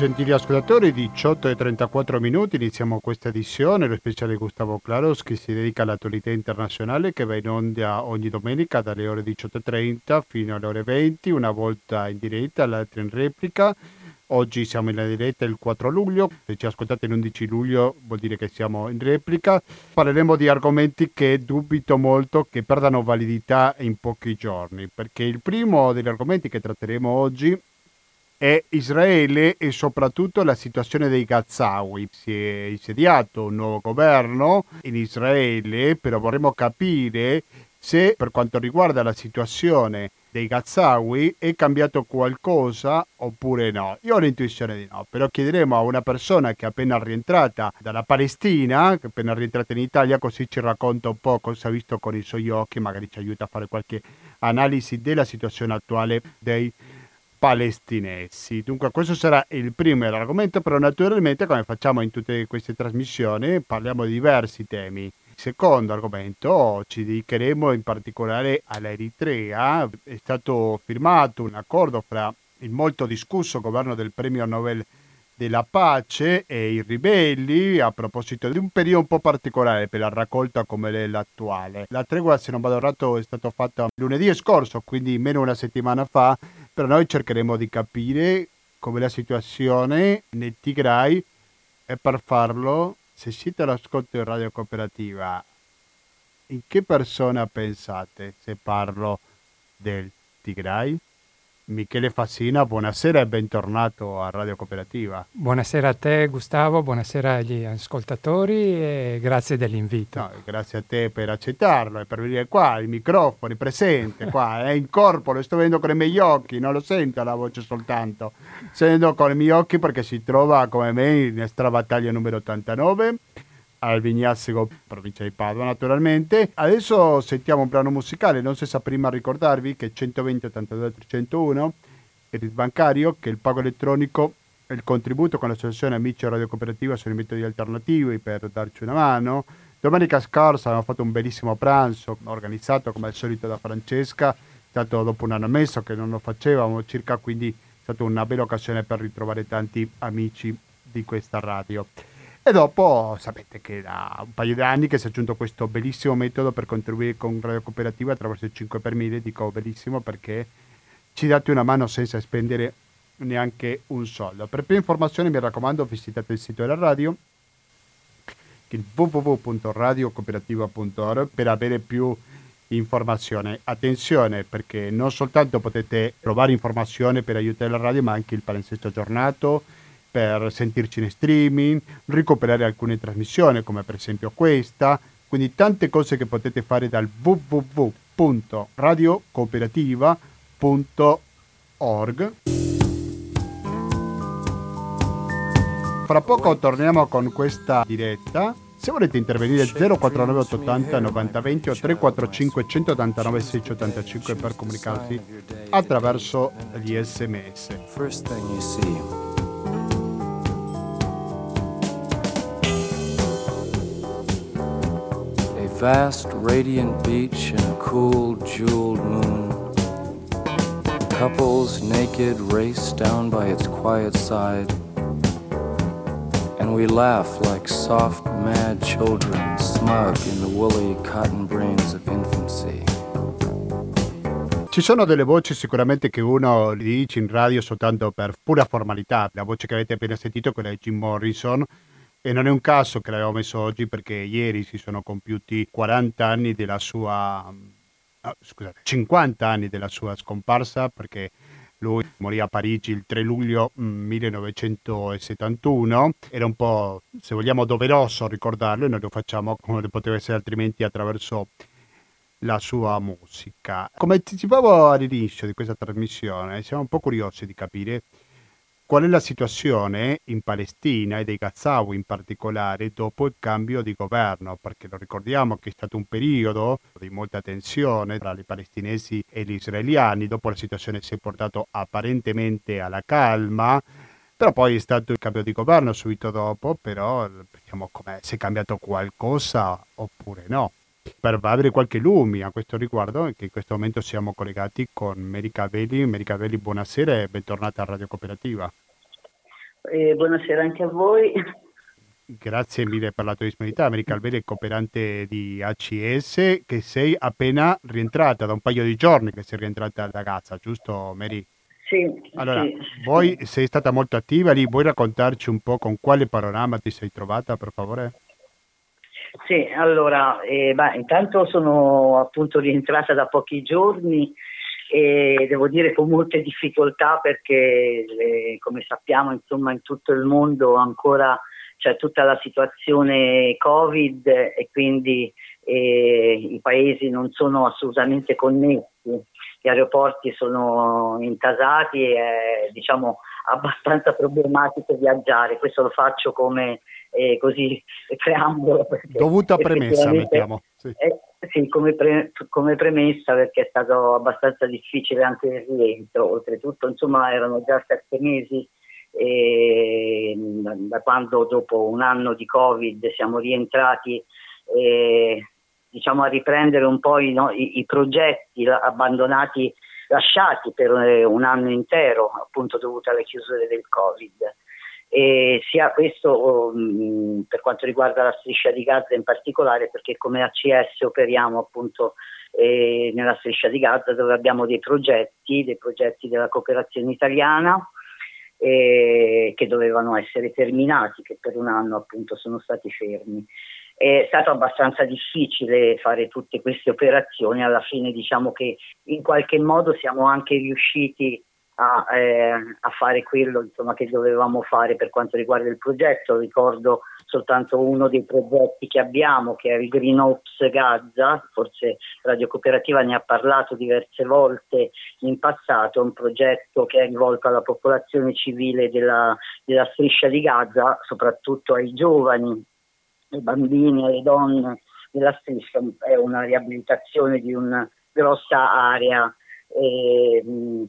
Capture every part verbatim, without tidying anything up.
Gentili ascoltatori, diciotto e trentaquattro minuti, iniziamo questa edizione, lo speciale Gustavo Claros che si dedica all'attualità internazionale che va in onda ogni domenica dalle ore diciotto e trenta fino alle ore venti, una volta in diretta, l'altra in replica. Oggi siamo in diretta il quattro luglio, se ci ascoltate l'undici luglio vuol dire che siamo in replica. Parleremo di argomenti che dubito molto che perdano validità in pochi giorni, perché il primo degli argomenti che tratteremo oggi è Israele e soprattutto la situazione dei Gazawi. Si è insediato un nuovo governo in Israele, però vorremmo capire se per quanto riguarda la situazione dei Gazawi è cambiato qualcosa oppure no. Io ho l'intuizione di no, però chiederemo a una persona che è appena rientrata dalla Palestina, che è appena rientrata in Italia, così ci racconta un po' cosa ha visto con i suoi occhi, magari ci aiuta a fare qualche analisi della situazione attuale dei palestinesi. Dunque questo sarà il primo argomento, però naturalmente come facciamo in tutte queste trasmissioni parliamo di diversi temi. Il secondo argomento ci dedicheremo in particolare all'Eritrea. È stato firmato un accordo fra il molto discusso governo del premio Nobel della pace e i ribelli a proposito di un periodo un po' particolare per la raccolta come l'attuale. La tregua, se non vado errato, è stata fatta lunedì scorso, quindi meno una settimana fa, però noi cercheremo di capire com'è la situazione nel Tigray e per farlo, se siete all'ascolto di Radio Cooperativa, in che persona pensate se parlo del Tigray? Michele Fassina, buonasera e bentornato a Radio Cooperativa. Buonasera a te Gustavo, buonasera agli ascoltatori e grazie dell'invito. No, grazie a te per accettarlo e per venire qua, i microfoni presente qua, è in corpo, lo sto vedendo con i miei occhi, non lo sento la voce soltanto, sento con i miei occhi perché si trova come me in Stra Battaglia numero ottantanove, al Vignassego, provincia di Padova naturalmente. Adesso sentiamo un brano musicale, non so se prima ricordarvi che centoventi ottantadue trecentouno è il bancario, che il pago elettronico e il contributo con l'associazione Amici Radio Cooperativa sono i metodi alternativi per darci una mano. Domenica scorsa abbiamo fatto un bellissimo pranzo organizzato come al solito da Francesca, è stato dopo un anno e mezzo che non lo facevamo circa, quindi è stata una bella occasione per ritrovare tanti amici di questa radio. E dopo sapete che da un paio di anni che si è aggiunto questo bellissimo metodo per contribuire con Radio Cooperativa attraverso il cinque per mille, dico bellissimo perché ci date una mano senza spendere neanche un soldo. Per più informazioni mi raccomando visitate il sito della radio, il w w w punto radio cooperativa punto org, per avere più informazione. Attenzione, perché non soltanto potete trovare informazione per aiutare la radio, ma anche il palinsesto aggiornato, per sentirci in streaming, recuperare alcune trasmissioni come per esempio questa, quindi tante cose che potete fare dal w w w punto radio cooperativa punto org. Fra poco torniamo con questa diretta. Se volete intervenire zero quattro nove otto zero novanta venti o tre quattro cinque uno otto nove sei otto cinque per comunicarsi attraverso gli sms. First thing you see. Vast, radiant beach and a cool, jeweled moon. Couples naked race down by its quiet side. And we laugh like soft, mad children, smug in the woolly cotton brains of infancy. Ci sono delle voci sicuramente che uno li dice in radio soltanto per pura formalità. La voce che avete appena sentito è quella di Jim Morrison. E non è un caso che l'abbiamo messo oggi perché ieri si sono compiuti quaranta anni della sua, oh, scusate, cinquanta anni della sua scomparsa, perché lui morì a Parigi il tre luglio millenovecentosettantuno. Era un po', se vogliamo, doveroso ricordarlo e noi lo facciamo come poteva essere altrimenti attraverso la sua musica. Come anticipavo all'inizio di questa trasmissione, siamo un po' curiosi di capire qual è la situazione in Palestina e dei Gazawi in particolare dopo il cambio di governo, perché lo ricordiamo che è stato un periodo di molta tensione tra i palestinesi e gli israeliani, dopo la situazione si è portata apparentemente alla calma, però poi è stato il cambio di governo subito dopo, però vediamo come se è cambiato qualcosa oppure no. Per avere qualche lumi a questo riguardo, che in questo momento siamo collegati con Mary Cavelli. Mary Cavelli, buonasera e bentornata a Radio Cooperativa. E buonasera anche a voi. Grazie mille per la tua disponibilità, America Alvede, cooperante di A C S, che sei appena rientrata da un paio di giorni che sei rientrata da Gaza, giusto Mary? Sì, Allora, sì. voi sei stata molto attiva lì, vuoi raccontarci un po' con quale panorama ti sei trovata, per favore? Sì, allora, eh, beh, intanto sono appunto rientrata da pochi giorni e devo dire con molte difficoltà perché eh, come sappiamo insomma in tutto il mondo ancora c'è tutta la situazione Covid e quindi eh, i paesi non sono assolutamente connessi, gli aeroporti sono intasati e è diciamo abbastanza problematico viaggiare, questo lo faccio come eh, così preambolo perché Dovuta premessa, effettivamente mettiamo. Sì. eh, sì, come, pre- come premessa perché è stato abbastanza difficile anche il rientro, oltretutto insomma erano già sette mesi eh, da, da quando dopo un anno di Covid siamo rientrati eh, diciamo a riprendere un po' i, no, i, i progetti abbandonati, lasciati per un anno intero appunto dovuto alle chiusure del Covid. E sia questo um, per quanto riguarda la striscia di Gaza in particolare perché come A C S operiamo appunto eh, nella striscia di Gaza dove abbiamo dei progetti, dei progetti della cooperazione italiana eh, che dovevano essere terminati, che per un anno appunto sono stati fermi. È stato abbastanza difficile fare tutte queste operazioni, alla fine diciamo che in qualche modo siamo anche riusciti A, eh, a fare quello insomma, che dovevamo fare per quanto riguarda il progetto. Ricordo soltanto uno dei progetti che abbiamo che è il Green Ops Gaza, forse Radio Cooperativa ne ha parlato diverse volte in passato, è un progetto che è rivolto alla popolazione civile della, della striscia di Gaza, soprattutto ai giovani, ai bambini, alle donne della striscia. È una riabilitazione di una grossa area eh,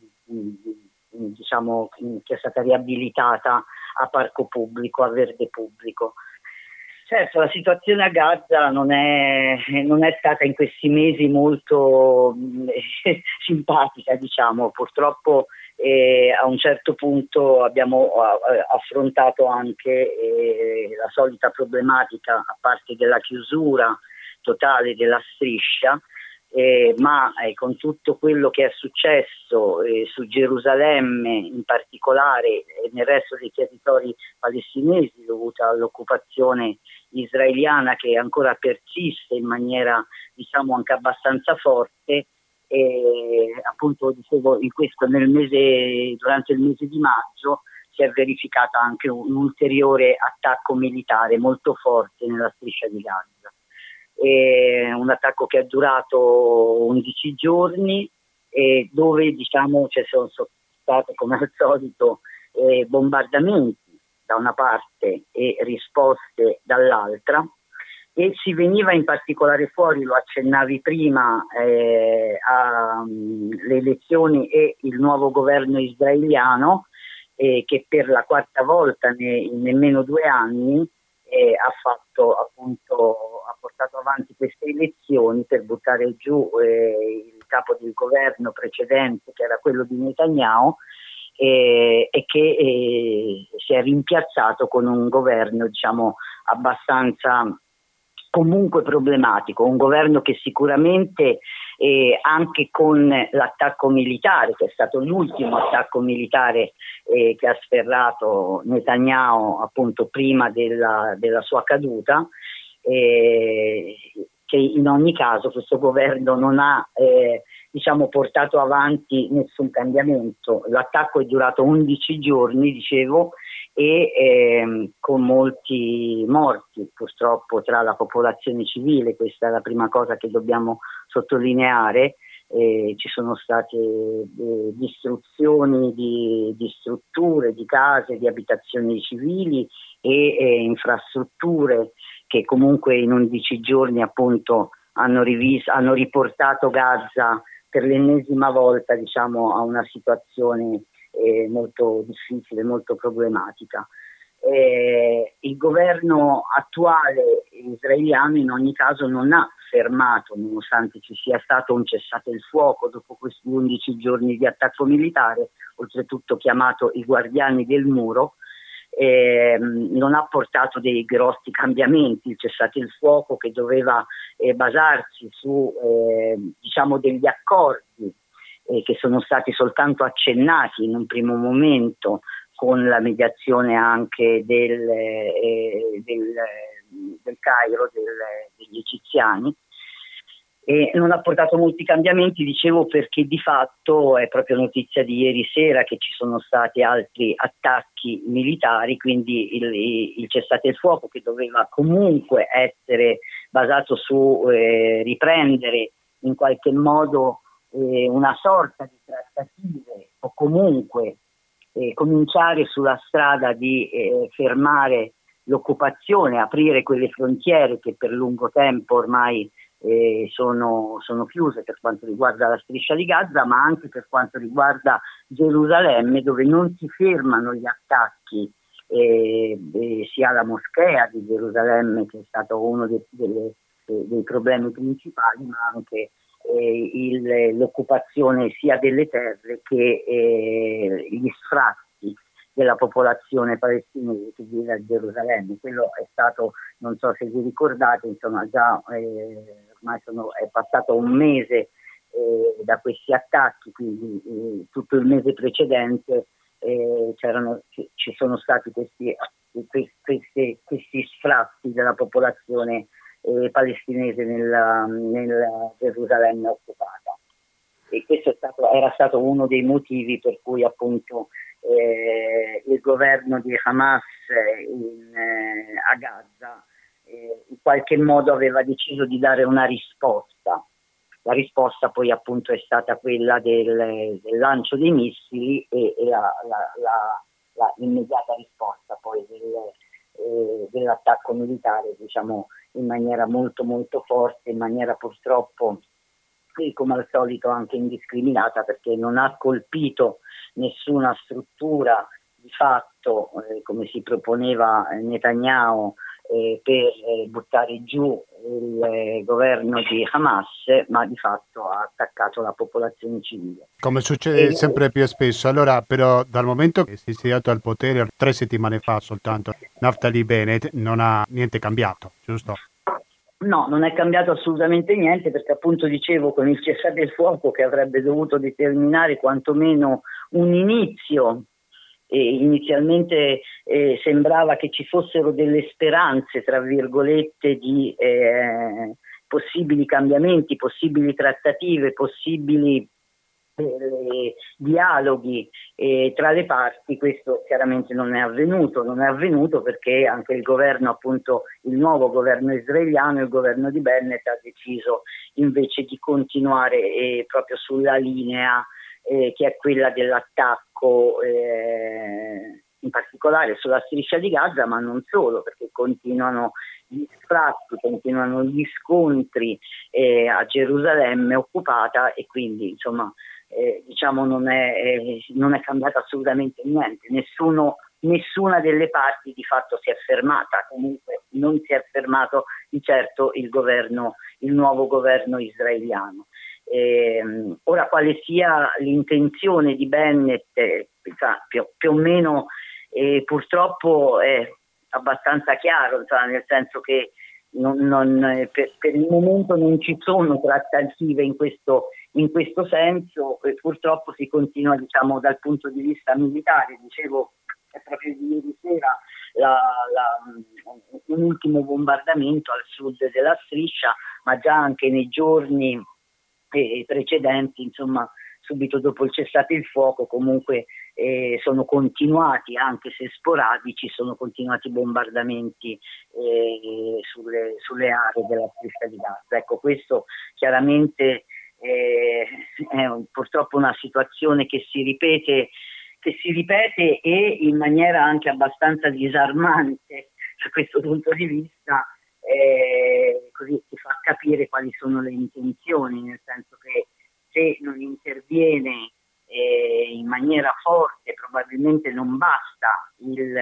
diciamo che è stata riabilitata a parco pubblico, a verde pubblico. Certo, la situazione a Gaza non è, non è stata in questi mesi molto eh, simpatica, diciamo. Purtroppo eh, a un certo punto abbiamo eh, affrontato anche eh, la solita problematica, a parte della chiusura totale della striscia, Eh, ma eh, con tutto quello che è successo eh, su Gerusalemme in particolare e nel resto dei territori palestinesi dovuta all'occupazione israeliana che ancora persiste in maniera diciamo anche abbastanza forte e appunto dicevo in questo nel mese durante il mese di maggio si è verificato anche un ulteriore attacco militare molto forte nella striscia di Gaza. E un attacco che è durato undici giorni e dove diciamo ci sono stati come al solito eh, bombardamenti da una parte e risposte dall'altra e si veniva in particolare fuori, lo accennavi prima, eh, alle elezioni e il nuovo governo israeliano eh, che per la quarta volta ne, in nemmeno due anni eh, ha fatto appunto ha portato avanti queste elezioni per buttare giù eh, il capo del governo precedente che era quello di Netanyahu eh, e che eh, si è rimpiazzato con un governo diciamo abbastanza comunque problematico, un governo che sicuramente eh, anche con l'attacco militare, che è stato l'ultimo attacco militare eh, che ha sferrato Netanyahu appunto prima della, della sua caduta, eh, che in ogni caso questo governo non ha eh, diciamo portato avanti nessun cambiamento. L'attacco è durato undici giorni, dicevo, e ehm, con molti morti purtroppo tra la popolazione civile, questa è la prima cosa che dobbiamo sottolineare. Eh, ci sono state eh, distruzioni di, di strutture, di case, di abitazioni civili e eh, infrastrutture che comunque in undici giorni appunto hanno, rivis- hanno riportato Gaza per l'ennesima volta diciamo a una situazione eh, molto difficile, molto problematica. Eh, il governo attuale israeliano in ogni caso non ha fermato, nonostante ci sia stato un cessate il fuoco dopo questi undici giorni di attacco militare, oltretutto chiamato i guardiani del muro, eh, non ha portato dei grossi cambiamenti. Il cessate il fuoco, che doveva eh, basarsi su eh, diciamo degli accordi eh, che sono stati soltanto accennati in un primo momento, con la mediazione anche del, eh, del, del Cairo, del, degli egiziani, e non ha portato molti cambiamenti, dicevo, perché di fatto è proprio notizia di ieri sera che ci sono stati altri attacchi militari, quindi il, il cessate il fuoco, che doveva comunque essere basato su eh, riprendere in qualche modo eh, una sorta di trattative, o comunque eh, cominciare sulla strada di eh, fermare l'occupazione, aprire quelle frontiere che per lungo tempo ormai Eh, sono, sono chiuse per quanto riguarda la striscia di Gaza, ma anche per quanto riguarda Gerusalemme, dove non si fermano gli attacchi eh, eh, sia alla moschea di Gerusalemme, che è stato uno dei, delle, eh, dei problemi principali, ma anche eh, il, l'occupazione sia delle terre che eh, gli sfratti della popolazione palestinese che vive a Gerusalemme. Quello è stato, non so se vi ricordate, insomma già eh, ormai sono, è passato un mese eh, da questi attacchi, quindi eh, tutto il mese precedente eh, c'erano, ci, ci sono stati questi, questi, questi sfratti della popolazione eh, palestinese nella, nella Gerusalemme occupata. E questo è stato, era stato uno dei motivi per cui appunto Eh, il governo di Hamas in, eh, a Gaza eh, in qualche modo aveva deciso di dare una risposta. La risposta poi appunto è stata quella del, del lancio dei missili e, e la, la, la, la immediata risposta poi del, eh, dell'attacco militare, diciamo in maniera molto molto forte, in maniera purtroppo come al solito anche indiscriminata, perché non ha colpito nessuna struttura di fatto eh, come si proponeva Netanyahu eh, per eh, buttare giù il eh, governo di Hamas, ma di fatto ha attaccato la popolazione civile. Come succede e, sempre più spesso. Allora, però, dal momento che si è insediato al potere tre settimane fa soltanto, Naftali Bennett non ha niente cambiato, giusto? No, non è cambiato assolutamente niente, perché appunto dicevo, con il cessate il fuoco che avrebbe dovuto determinare quantomeno un inizio, e inizialmente eh, sembrava che ci fossero delle speranze, tra virgolette, di eh, possibili cambiamenti, possibili trattative, possibili eh, dialoghi eh, tra le parti. Questo chiaramente non è avvenuto, non è avvenuto perché anche il governo, appunto il nuovo governo israeliano, il governo di Bennett, ha deciso invece di continuare eh, proprio sulla linea eh, che è quella dell'attacco eh, in particolare sulla striscia di Gaza, ma non solo, perché continuano gli sfratti, continuano gli scontri eh, a Gerusalemme occupata, e quindi insomma Eh, diciamo non è, eh, non è cambiato assolutamente niente. Nessuno, nessuna delle parti di fatto si è fermata, comunque non si è fermato di certo il governo, il nuovo governo israeliano. Eh, ora, quale sia l'intenzione di Bennett, eh, più, più o meno eh, purtroppo è abbastanza chiaro, insomma, nel senso che Non, non, per, per il momento non ci sono trattative in questo, in questo senso, e purtroppo si continua, diciamo, dal punto di vista militare. Dicevo, è proprio di ieri sera la, la, un ultimo bombardamento al sud della striscia, ma già anche nei giorni eh, precedenti, insomma, subito dopo il cessate il fuoco, comunque eh, sono continuati, anche se sporadici, sono continuati i bombardamenti eh, sulle, sulle aree della striscia di Gaza. Ecco, questo chiaramente eh, è un, purtroppo una situazione che si ripete, che si ripete e in maniera anche abbastanza disarmante da questo punto di vista. Eh, così si fa capire quali sono le intenzioni, nel senso che se non interviene eh, in maniera forte, probabilmente non basta il,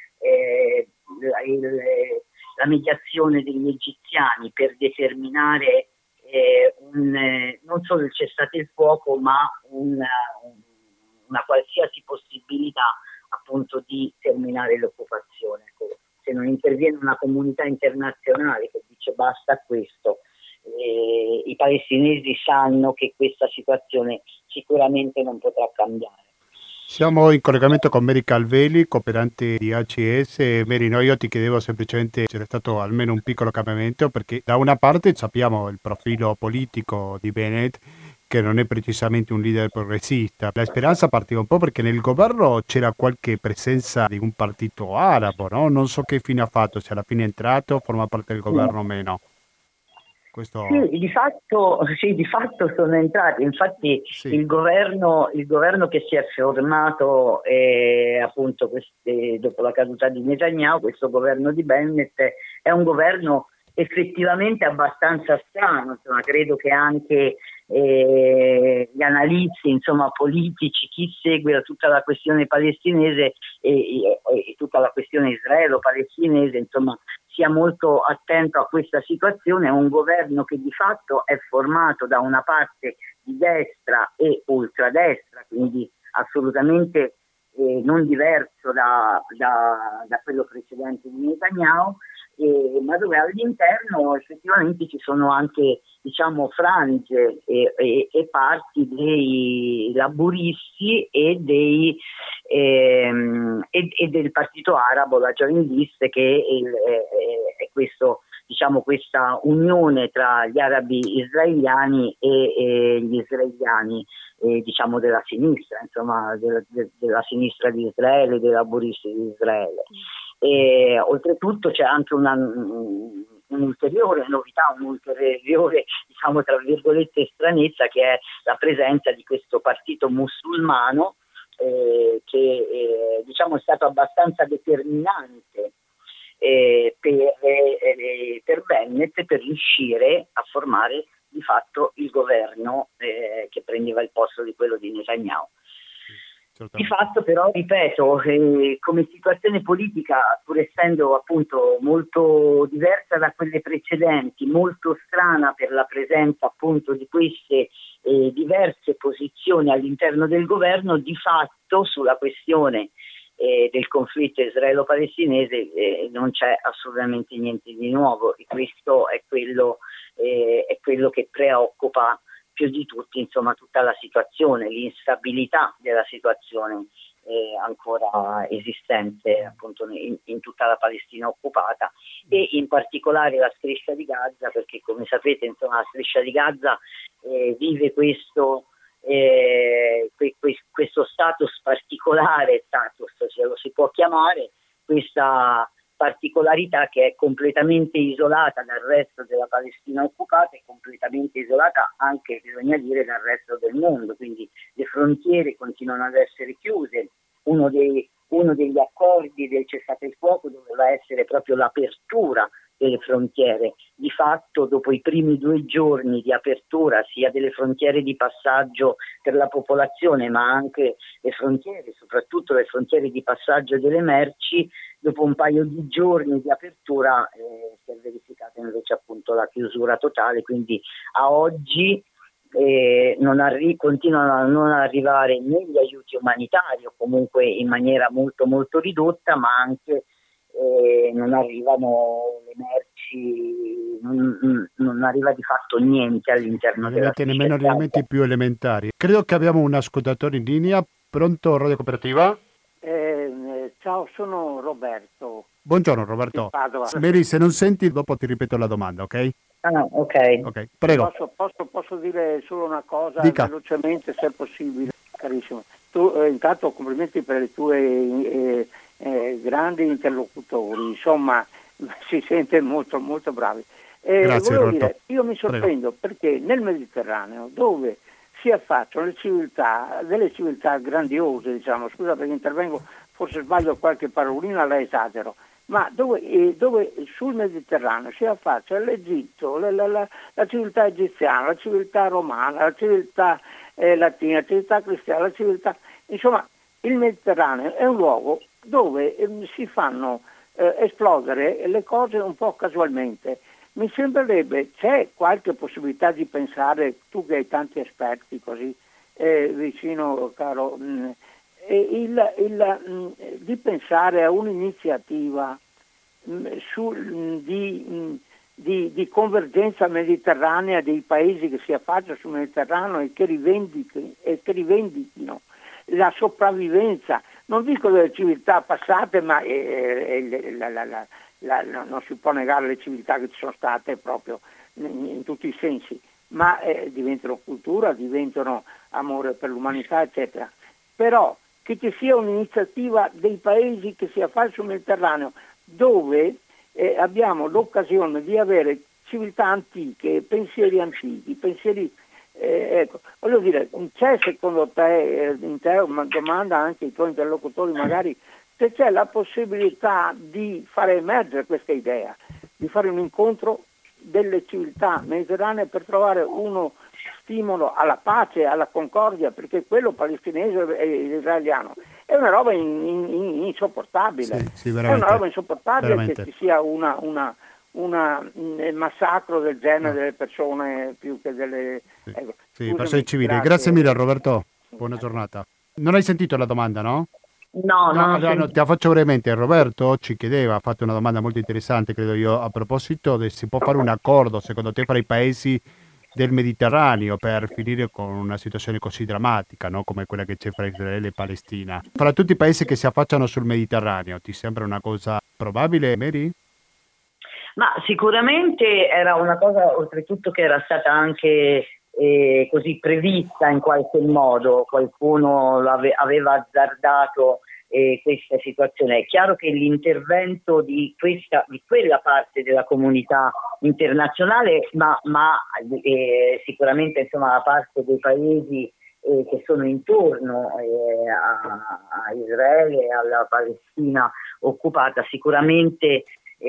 eh, la, il, la mediazione degli egiziani per determinare eh, un, eh, non solo il cessate il fuoco, ma un, una qualsiasi possibilità appunto di terminare l'occupazione. Ecco, se non interviene una comunità internazionale che dice basta a questo, eh, i palestinesi sanno che questa situazione sicuramente non potrà cambiare. Siamo in collegamento con Mary Calveli, cooperante di A C S. Mary, no, io ti chiedevo semplicemente se c'era stato almeno un piccolo cambiamento, perché da una parte sappiamo il profilo politico di Bennett, che non è precisamente un leader progressista. La speranza partiva un po' perché nel governo c'era qualche presenza di un partito arabo, no? Non so che fine ha fatto, se alla fine è entrato, forma parte del governo o meno. Questo... Sì, di fatto, sì, di fatto sono entrati, infatti sì. il, governo, il governo che si è formato eh, appunto queste, dopo la caduta di Netanyahu, questo governo di Bennett è un governo effettivamente abbastanza strano, insomma, credo che anche eh, gli analisti, insomma, politici, chi segue tutta la questione palestinese e, e, e tutta la questione israelo-palestinese, insomma, sia molto attento a questa situazione. È un governo che di fatto è formato da una parte di destra e ultradestra, quindi assolutamente eh, non diverso da, da, da quello precedente di Netanyahu, eh, ma dove all'interno effettivamente ci sono anche, diciamo, frange e, e, e parti dei laburisti e, dei, ehm, e, e del partito arabo, la Joint List, che è, il, è, è questo, diciamo, questa unione tra gli arabi israeliani e, e gli israeliani, eh, diciamo, della sinistra, insomma, della, de, della sinistra di Israele, dei laburisti di Israele. E oltretutto c'è anche una, un'ulteriore novità, un'ulteriore, diciamo, tra virgolette, stranezza, che è la presenza di questo partito musulmano eh, che eh, diciamo è stato abbastanza determinante eh, per, eh, per Bennett, per riuscire a formare di fatto il governo eh, che prendeva il posto di quello di Netanyahu. Di fatto però, ripeto, eh, come situazione politica, pur essendo appunto molto diversa da quelle precedenti, molto strana per la presenza appunto di queste eh, diverse posizioni all'interno del governo, di fatto sulla questione eh, del conflitto israelo-palestinese eh, non c'è assolutamente niente di nuovo, e questo è quello, eh, è quello che preoccupa più di tutti, insomma, tutta la situazione, l'instabilità della situazione eh, ancora esistente appunto in, in tutta la Palestina occupata, e in particolare la striscia di Gaza, perché come sapete, insomma, la striscia di Gaza eh, vive questo, eh, que, que, questo status particolare, status se lo si può chiamare, questa particolarità che è completamente isolata dal resto della Palestina occupata e completamente isolata anche, bisogna dire, dal resto del mondo, quindi le frontiere continuano ad essere chiuse. Uno dei, uno degli accordi del cessate il fuoco doveva essere proprio l'apertura delle frontiere. Di fatto, dopo i primi due giorni di apertura sia delle frontiere di passaggio per la popolazione, ma anche le frontiere, soprattutto le frontiere di passaggio delle merci, dopo un paio di giorni di apertura eh, si è verificata invece appunto la chiusura totale, quindi a oggi eh, non arri- continuano a non arrivare né gli aiuti umanitari, o comunque in maniera molto molto ridotta, ma anche Eh, non arrivano le merci, non, non arriva di fatto niente all'interno della città. Nemmeno gli elementi più elementari. Credo che abbiamo un ascoltatore in linea. Pronto, Radio Cooperativa? Eh, ciao, sono Roberto. Buongiorno Roberto. Mary, se non senti, dopo ti ripeto la domanda, ok? Ah, ok. Ok, prego. Posso, posso, posso dire solo una cosa? Dica. Velocemente, se è possibile, carissimo. Tu, eh, intanto complimenti per le tue eh, eh, grandi interlocutori, insomma, si sente molto molto bravi. Eh, Grazie Roberto. Dire, io mi sorprendo Prego. Perché nel Mediterraneo, dove si affacciano le civiltà, delle civiltà grandiose, diciamo, scusa perché intervengo, forse sbaglio qualche parolina, la esagero, ma dove, eh, dove sul Mediterraneo si affaccia l'Egitto, la, la, la, la civiltà egiziana, la civiltà romana, la civiltà eh, latina, la civiltà cristiana, la civiltà... Insomma, il Mediterraneo è un luogo dove eh, si fanno eh, esplodere le cose un po' casualmente. Mi sembrerebbe, c'è qualche possibilità di pensare, tu che hai tanti esperti così eh, vicino, caro, mh, il, il, mh, di pensare a un'iniziativa mh, su, mh, di, mh, di, di convergenza mediterranea dei paesi che si affacciano sul Mediterraneo e che rivendichino, e che rivendichino la sopravvivenza, non dico delle civiltà passate, ma eh, eh, la, la, la, la, non si può negare le civiltà che ci sono state proprio in, in tutti i sensi, ma eh, diventano cultura, diventano amore per l'umanità, eccetera. Però che ci sia un'iniziativa dei paesi che si affacciano sul Mediterraneo, dove eh, abbiamo l'occasione di avere civiltà antiche, pensieri antichi, pensieri eh, ecco, voglio dire, c'è secondo te, eh, in te una domanda anche ai tuoi interlocutori magari, se c'è la possibilità di fare emergere questa idea, di fare un incontro delle civiltà mediterranee per trovare uno stimolo alla pace, alla concordia, perché quello palestinese e israeliano è una roba in, in, insopportabile, sì, sì, è una roba insopportabile veramente. Che ci sia una, una, una un massacro del genere delle persone più che delle sì, ecco, sì, persone civili. Grazie. Grazie mille Roberto, buona giornata. Non hai sentito la domanda, no? No, no, no, allora, no, te la faccio brevemente. Roberto ci chiedeva, ha fatto una domanda molto interessante, credo io, a proposito di si può fare un accordo, secondo te, fra i paesi del Mediterraneo per finire con una situazione così drammatica, no? Come quella che c'è fra Israele e Palestina. Fra tutti i paesi che si affacciano sul Mediterraneo, ti sembra una cosa probabile, Mary? Ma sicuramente era una cosa, oltretutto, che era stata anche eh, così prevista in qualche modo, qualcuno ave- aveva azzardato eh, questa situazione. È chiaro che l'intervento di questa, di quella parte della comunità internazionale, ma, ma eh, sicuramente insomma la parte dei paesi eh, che sono intorno eh, a, a Israele e alla Palestina occupata, sicuramente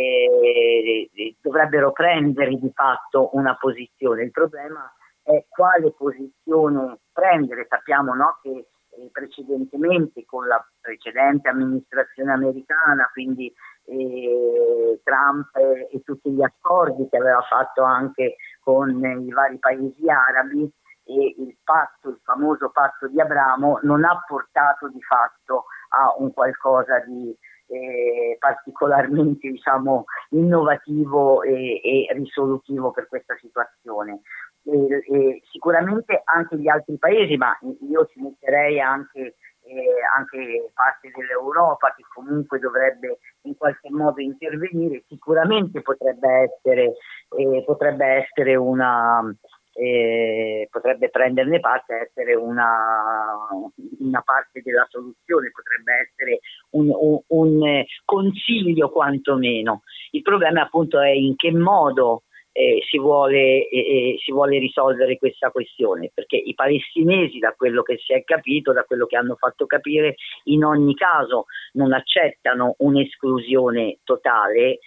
eh, dovrebbero prendere di fatto una posizione. Il problema è quale posizione prendere. Sappiamo, no, che eh, precedentemente con la precedente amministrazione americana, quindi eh, Trump e, e tutti gli accordi che aveva fatto anche con i vari paesi arabi, e il patto, il famoso patto di Abramo, non ha portato di fatto a un qualcosa di eh, particolarmente, diciamo, innovativo e, e risolutivo per questa situazione. E, e sicuramente anche gli altri paesi, ma io ci metterei anche, eh, anche parte dell'Europa, che comunque dovrebbe in qualche modo intervenire, sicuramente potrebbe essere, eh, potrebbe essere una eh, potrebbe prenderne parte, essere una, una parte della soluzione, potrebbe essere un, un, un consiglio quantomeno. Il problema appunto è in che modo Eh, si vuole, eh, si vuole risolvere questa questione, perché i palestinesi, da quello che si è capito, da quello che hanno fatto capire, in ogni caso non accettano un'esclusione totale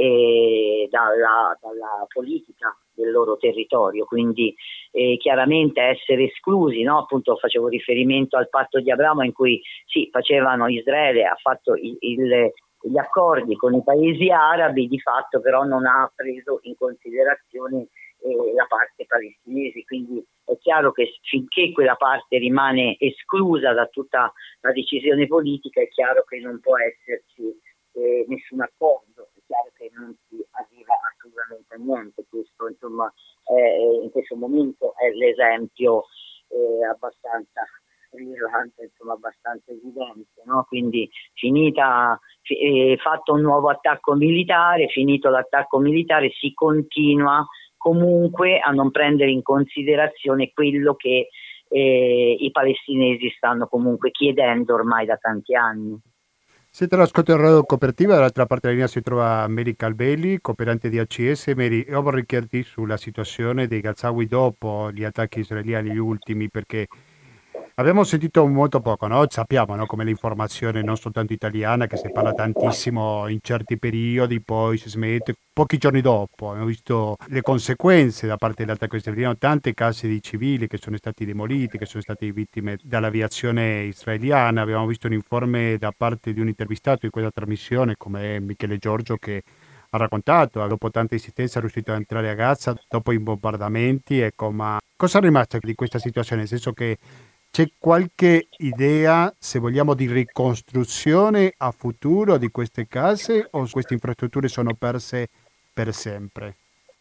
eh, dalla, dalla politica del loro territorio, quindi eh, chiaramente essere esclusi, no? Appunto facevo riferimento al patto di Abramo, in cui sì, facevano Israele, ha fatto il, il gli accordi con i paesi arabi, di fatto però non ha preso in considerazione eh, la parte palestinese, quindi è chiaro che finché quella parte rimane esclusa da tutta la decisione politica, è chiaro che non può esserci eh, nessun accordo, è chiaro che non si arriva assolutamente a niente. Questo insomma eh, in questo momento è l'esempio eh, abbastanza rilevante, insomma abbastanza evidente, no? Quindi finita, eh, fatto un nuovo attacco militare, finito l'attacco militare, si continua comunque a non prendere in considerazione quello che eh, i palestinesi stanno comunque chiedendo ormai da tanti anni. Siete all'ascolto di Radio Cooperativa, dall'altra parte della linea si trova Mary Calvelli, cooperante di A C S. Mary, io vorrei chiederti sulla situazione dei Gazawi dopo gli attacchi israeliani, gli ultimi, perché abbiamo sentito molto poco, no? Sappiamo, no, come l'informazione non soltanto italiana, che si parla tantissimo in certi periodi, poi si smette. Pochi giorni dopo abbiamo visto le conseguenze da parte dell'attacco israeliano, tante case di civili che sono stati demoliti, che sono stati vittime dall'aviazione israeliana. Abbiamo visto un informe da parte di un intervistato in quella trasmissione, come Michele Giorgio, che ha raccontato, dopo tanta insistenza è riuscito ad entrare a Gaza dopo i bombardamenti. Ecco, ma cosa è rimasto di questa situazione? Nel senso che C'è qualche idea, se vogliamo, di ricostruzione a futuro di queste case o queste infrastrutture sono perse per sempre?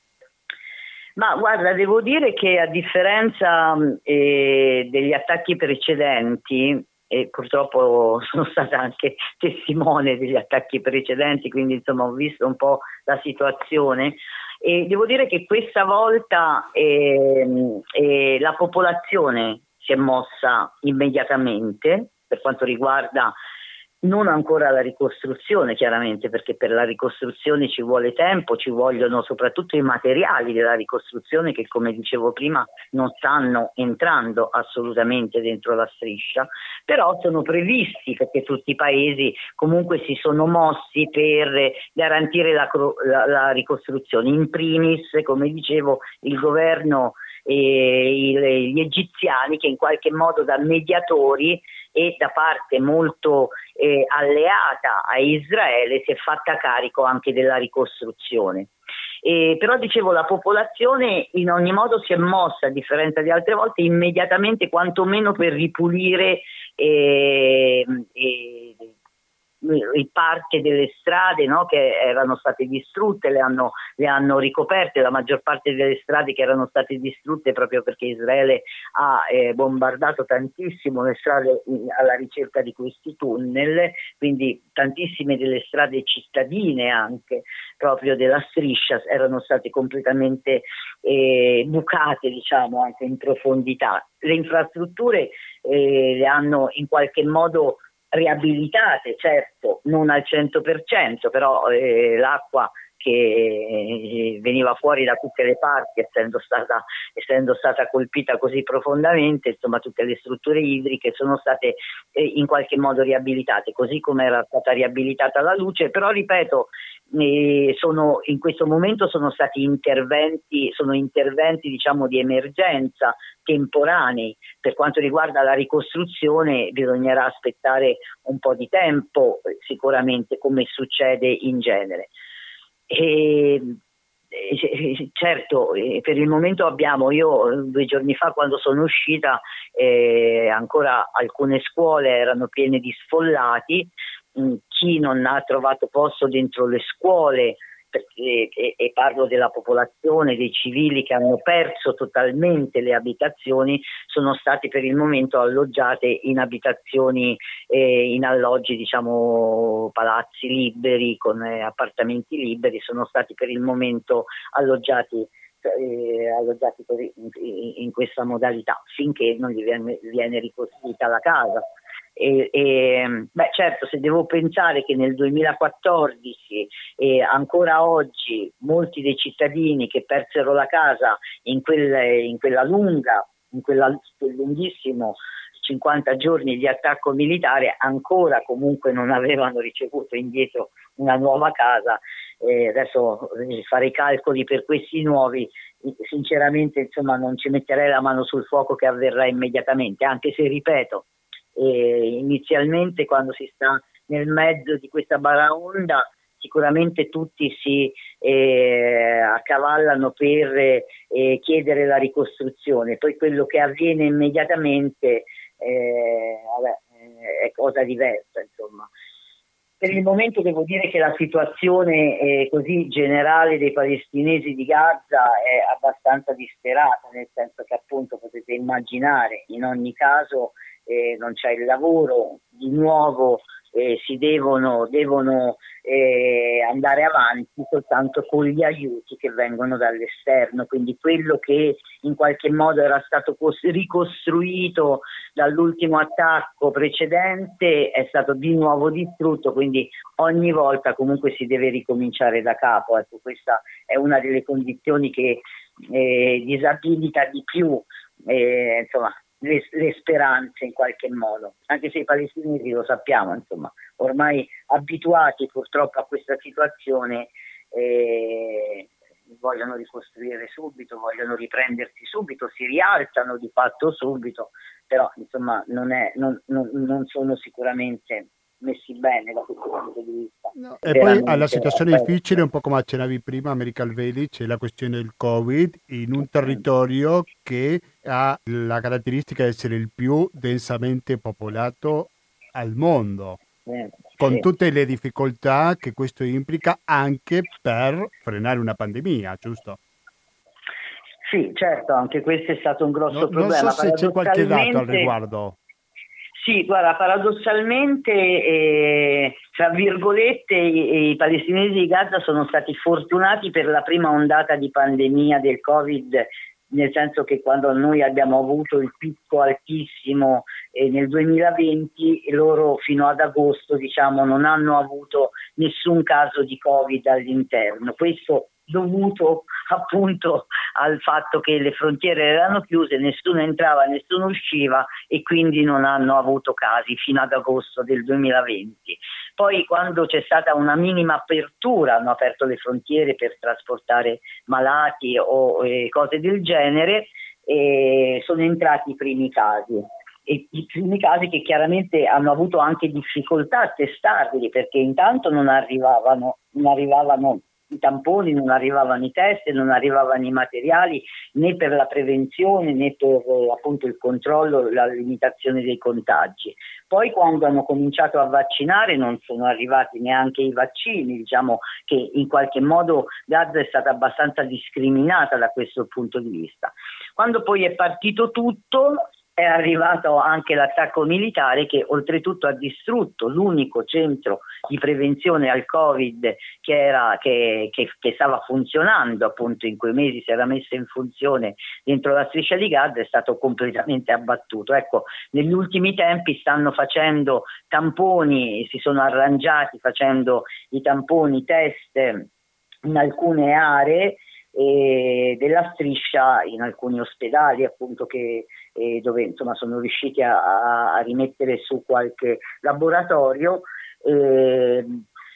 Ma guarda, devo dire che a differenza eh, degli attacchi precedenti, e purtroppo sono stata anche testimone degli attacchi precedenti, quindi insomma ho visto un po' la situazione, e devo dire che questa volta eh, eh, la popolazione si è mossa immediatamente per quanto riguarda non ancora la ricostruzione, chiaramente, perché per la ricostruzione ci vuole tempo, ci vogliono soprattutto i materiali della ricostruzione che, come dicevo prima, non stanno entrando assolutamente dentro la striscia, però sono previsti perché tutti i paesi comunque si sono mossi per garantire la, la, la ricostruzione. In primis, come dicevo, il governo e gli egiziani, che in qualche modo da mediatori e da parte molto eh, alleata a Israele si è fatta carico anche della ricostruzione. Eh, però dicevo, la popolazione in ogni modo si è mossa, a differenza di altre volte, immediatamente, quantomeno per ripulire eh, eh, parte delle strade, no, che erano state distrutte, le hanno, le hanno ricoperte, la maggior parte delle strade che erano state distrutte proprio perché Israele ha eh, bombardato tantissimo le strade alla ricerca di questi tunnel, quindi tantissime delle strade cittadine anche proprio della striscia erano state completamente eh, bucate, diciamo, anche in profondità. Le infrastrutture eh, le hanno in qualche modo riabilitate, certo, non al cento per cento, però eh, l'acqua che eh, veniva fuori da tutte le parti, essendo stata, essendo stata colpita così profondamente, insomma tutte le strutture idriche sono state eh, in qualche modo riabilitate, così come era stata riabilitata la luce, però ripeto, eh, sono, in questo momento sono stati interventi, sono interventi diciamo di emergenza, temporanei. Per quanto riguarda la ricostruzione bisognerà aspettare un po' di tempo, sicuramente, come succede in genere. E, e, certo, eh, per il momento abbiamo, io due giorni fa quando sono uscita eh, ancora alcune scuole erano piene di sfollati, mh, chi non ha trovato posto dentro le scuole, perché, e, e parlo della popolazione, dei civili che hanno perso totalmente le abitazioni, sono stati per il momento alloggiate in abitazioni, eh, in alloggi, diciamo palazzi liberi, con eh, appartamenti liberi, sono stati per il momento alloggiati eh, alloggiati così in, in questa modalità finché non gli viene, viene ricostruita la casa. E, e, beh, certo, se devo pensare che nel duemilaquattordici e ancora oggi molti dei cittadini che persero la casa in, quel, in quella lunga, in quella, quel lunghissimo cinquanta giorni di attacco militare ancora comunque non avevano ricevuto indietro una nuova casa, eh, adesso fare i calcoli per questi nuovi, sinceramente insomma non ci metterei la mano sul fuoco che avverrà immediatamente, anche se ripeto, Eh, inizialmente quando si sta nel mezzo di questa baraonda sicuramente tutti si eh, accavallano per eh, chiedere la ricostruzione, poi quello che avviene immediatamente eh, vabbè, è cosa diversa, insomma. Per il momento devo dire che la situazione eh, così generale dei palestinesi di Gaza è abbastanza disperata, nel senso che appunto potete immaginare, in ogni caso eh, non c'è il lavoro, di nuovo eh, si devono, devono eh, andare avanti soltanto con gli aiuti che vengono dall'esterno, quindi quello che in qualche modo era stato cos- ricostruito dall'ultimo attacco precedente è stato di nuovo distrutto, quindi ogni volta comunque si deve ricominciare da capo. Ecco, questa è una delle condizioni che eh, disabilita di più eh, insomma Le, le speranze in qualche modo, anche se i palestinesi lo sappiamo, insomma, ormai abituati purtroppo a questa situazione eh, vogliono ricostruire subito, vogliono riprendersi subito, si rialzano di fatto subito, però insomma non, è, non, non, non sono sicuramente messi bene da questo punto di vista. No. E poi Veramente, alla situazione eh, difficile, un po' come accennavi prima, America Veli, c'è la questione del Covid in un territorio che ha la caratteristica di essere il più densamente popolato al mondo, eh, con sì. tutte le difficoltà che questo implica anche per frenare una pandemia, giusto? Sì, certo, anche questo è stato un grosso No- non so problema. se c'è qualche dato al Paradossalmente, riguardo. sì, guarda, paradossalmente, eh, tra virgolette, i, i palestinesi di Gaza sono stati fortunati per la prima ondata di pandemia del Covid, nel senso che quando noi abbiamo avuto il picco altissimo eh, nel duemilaventi, loro fino ad agosto, diciamo, non hanno avuto nessun caso di Covid all'interno. Questo dovuto appunto al fatto che le frontiere erano chiuse, nessuno entrava, nessuno usciva e quindi non hanno avuto casi fino ad agosto del duemilaventi. Poi quando c'è stata una minima apertura, hanno aperto le frontiere per trasportare malati o eh, cose del genere, e sono entrati i primi casi. E i primi casi che chiaramente hanno avuto anche difficoltà a testarli, perché intanto non arrivavano, non arrivavano i tamponi, non arrivavano i test, non arrivavano i materiali né per la prevenzione né per eh, appunto il controllo, la limitazione dei contagi. Poi quando hanno cominciato a vaccinare non sono arrivati neanche i vaccini, diciamo che in qualche modo Gaza è stata abbastanza discriminata da questo punto di vista. Quando poi è partito tutto, è arrivato anche l'attacco militare che oltretutto ha distrutto l'unico centro di prevenzione al Covid che, era, che, che, che stava funzionando, appunto in quei mesi si era messo in funzione dentro la striscia di Gaza, è stato completamente abbattuto. Ecco, negli ultimi tempi stanno facendo tamponi, si sono arrangiati facendo i tamponi test in alcune aree e della striscia, in alcuni ospedali appunto che eh, dove insomma sono riusciti a, a rimettere su qualche laboratorio, eh,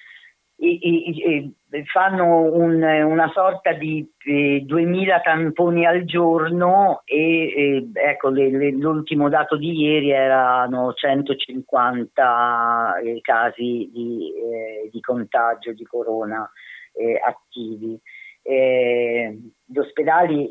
e, e, e fanno un, una sorta di eh, duemila tamponi al giorno e eh, ecco le, le, l'ultimo dato di ieri erano centocinquanta eh, casi di, eh, di contagio di corona eh, attivi. Eh, gli ospedali,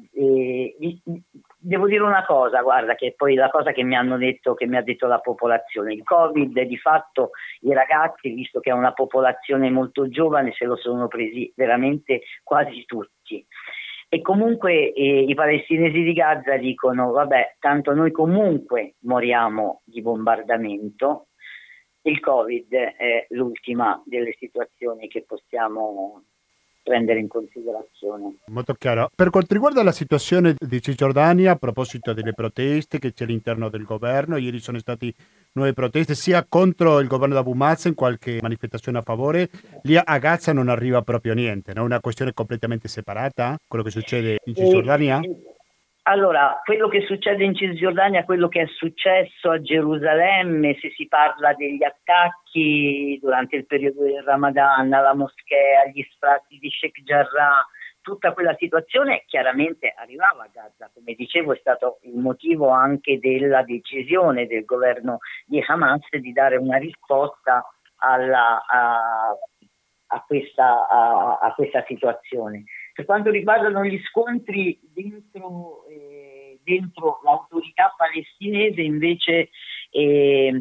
eh, devo dire una cosa, guarda, che poi la cosa che mi hanno detto, che mi ha detto la popolazione, il Covid di fatto i ragazzi, visto che è una popolazione molto giovane, se lo sono presi veramente quasi tutti. E comunque eh, i palestinesi di Gaza dicono vabbè, tanto noi comunque moriamo di bombardamento, il Covid è l'ultima delle situazioni che possiamo prendere in considerazione. Molto chiaro. Per quanto riguarda la situazione di Cisgiordania, a proposito delle proteste che c'è all'interno del governo, ieri sono stati nuove proteste sia contro il governo di Abu Mazen, qualche manifestazione a favore. Lì a Gaza non arriva proprio niente, no? È una questione completamente separata, quello che succede in Cisgiordania? E, allora, quello che succede in Cisgiordania, quello che è successo a Gerusalemme, se si parla degli attacchi durante il periodo del Ramadan, alla moschea, agli sfratti di Sheikh Jarrah, tutta quella situazione chiaramente arrivava a Gaza. Come dicevo, è stato il motivo anche della decisione del governo di Hamas di dare una risposta alla, a, a, questa, a, a questa situazione. Per quanto riguardano gli scontri dentro, eh, dentro l'autorità palestinese, invece eh,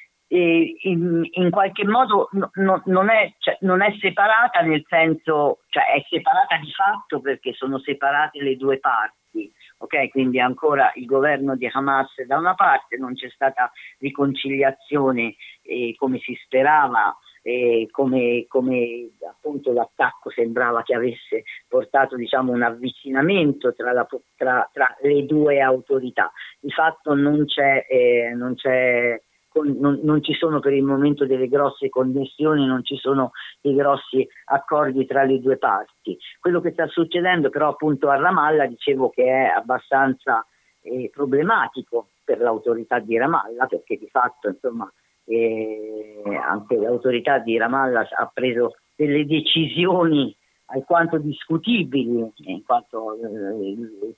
eh, in, in qualche modo no, no, non, è, cioè, non è separata, nel senso, cioè è separata di fatto perché sono separate le due parti. Ok, quindi ancora il governo di Hamas da una parte, non c'è stata riconciliazizione eh, come si sperava. E come, come appunto l'attacco sembrava che avesse portato, diciamo, un avvicinamento tra, la, tra, tra le due autorità. Di fatto non c'è, eh, non, c'è con, non, non ci sono per il momento delle grosse connessioni, non ci sono dei grossi accordi tra le due parti. Quello che sta succedendo però appunto a Ramallah, dicevo che è abbastanza eh, problematico per l'autorità di Ramallah, perché di fatto insomma E anche l'autorità di Ramallah ha preso delle decisioni alquanto discutibili, in quanto eh,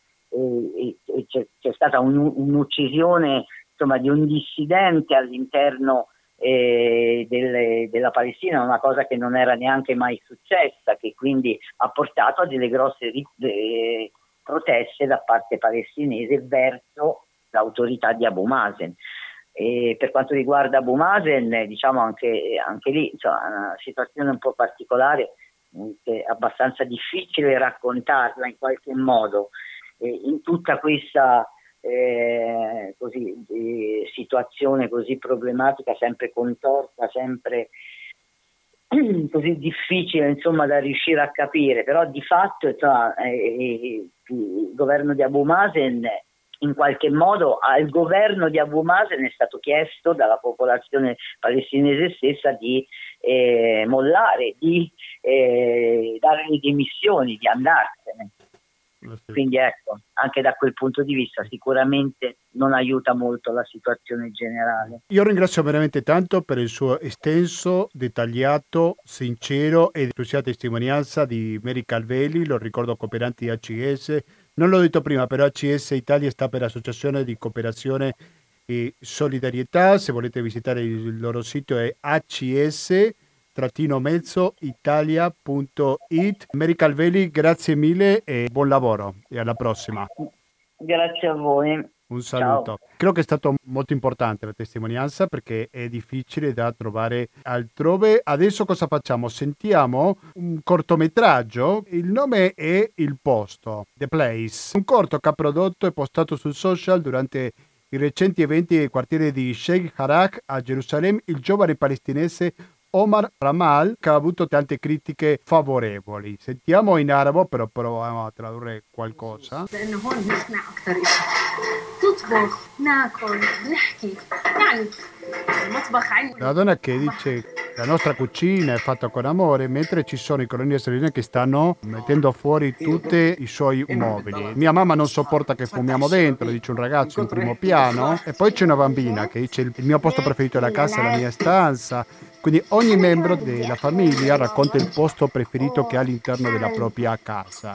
eh, eh, c'è, c'è stata un, un'uccisione insomma di un dissidente all'interno eh, delle, della Palestina, una cosa che non era neanche mai successa, che quindi ha portato a delle grosse ri- eh, proteste da parte palestinese verso l'autorità di Abu Mazen. E per quanto riguarda Abu Mazen, diciamo anche, anche lì insomma, una situazione un po' particolare, che è abbastanza difficile raccontarla in qualche modo eh, in tutta questa eh, così, eh, situazione così problematica, sempre contorta, sempre così difficile insomma da riuscire a capire, però di fatto insomma, eh, il governo di Abu Mazen, in qualche modo al governo di Abu Mazen è stato chiesto dalla popolazione palestinese stessa di eh, mollare, di eh, dare le dimissioni, di andarsene. Quindi ecco, anche da quel punto di vista sicuramente non aiuta molto la situazione generale. Io ringrazio veramente tanto per il suo estenso, dettagliato, sincero e entusiasta testimonianza di Mary Calvelli, lo ricordo cooperante di A C S. Non l'ho detto prima, però A C S Italia sta per Associazione di Cooperazione e Solidarietà. Se volete visitare il loro sito è A C S mezzo italia punto it. Mary Calvelli, grazie mille e buon lavoro e alla prossima. Grazie a voi. Un saluto. Ciao. Credo che è stato molto importante la testimonianza perché è difficile da trovare altrove. Adesso cosa facciamo? Sentiamo un cortometraggio. Il nome è Il Posto, The Place. Un corto che ha prodotto e postato sul social durante i recenti eventi del quartiere di Sheikh Jarrah a Gerusalemme il giovane palestinese Omar Ramal, che ha avuto tante critiche favorevoli. Sentiamo in arabo, però proviamo a tradurre qualcosa. La donna che dice la nostra cucina è fatta con amore, mentre ci sono i coloni israeliani che stanno mettendo fuori tutti i suoi mobili. Mia mamma non sopporta che fumiamo dentro, dice un ragazzo in primo piano, e poi c'è una bambina che dice il mio posto preferito della casa è la mia stanza. Quindi ogni membro della famiglia racconta il posto preferito che ha all'interno della propria casa.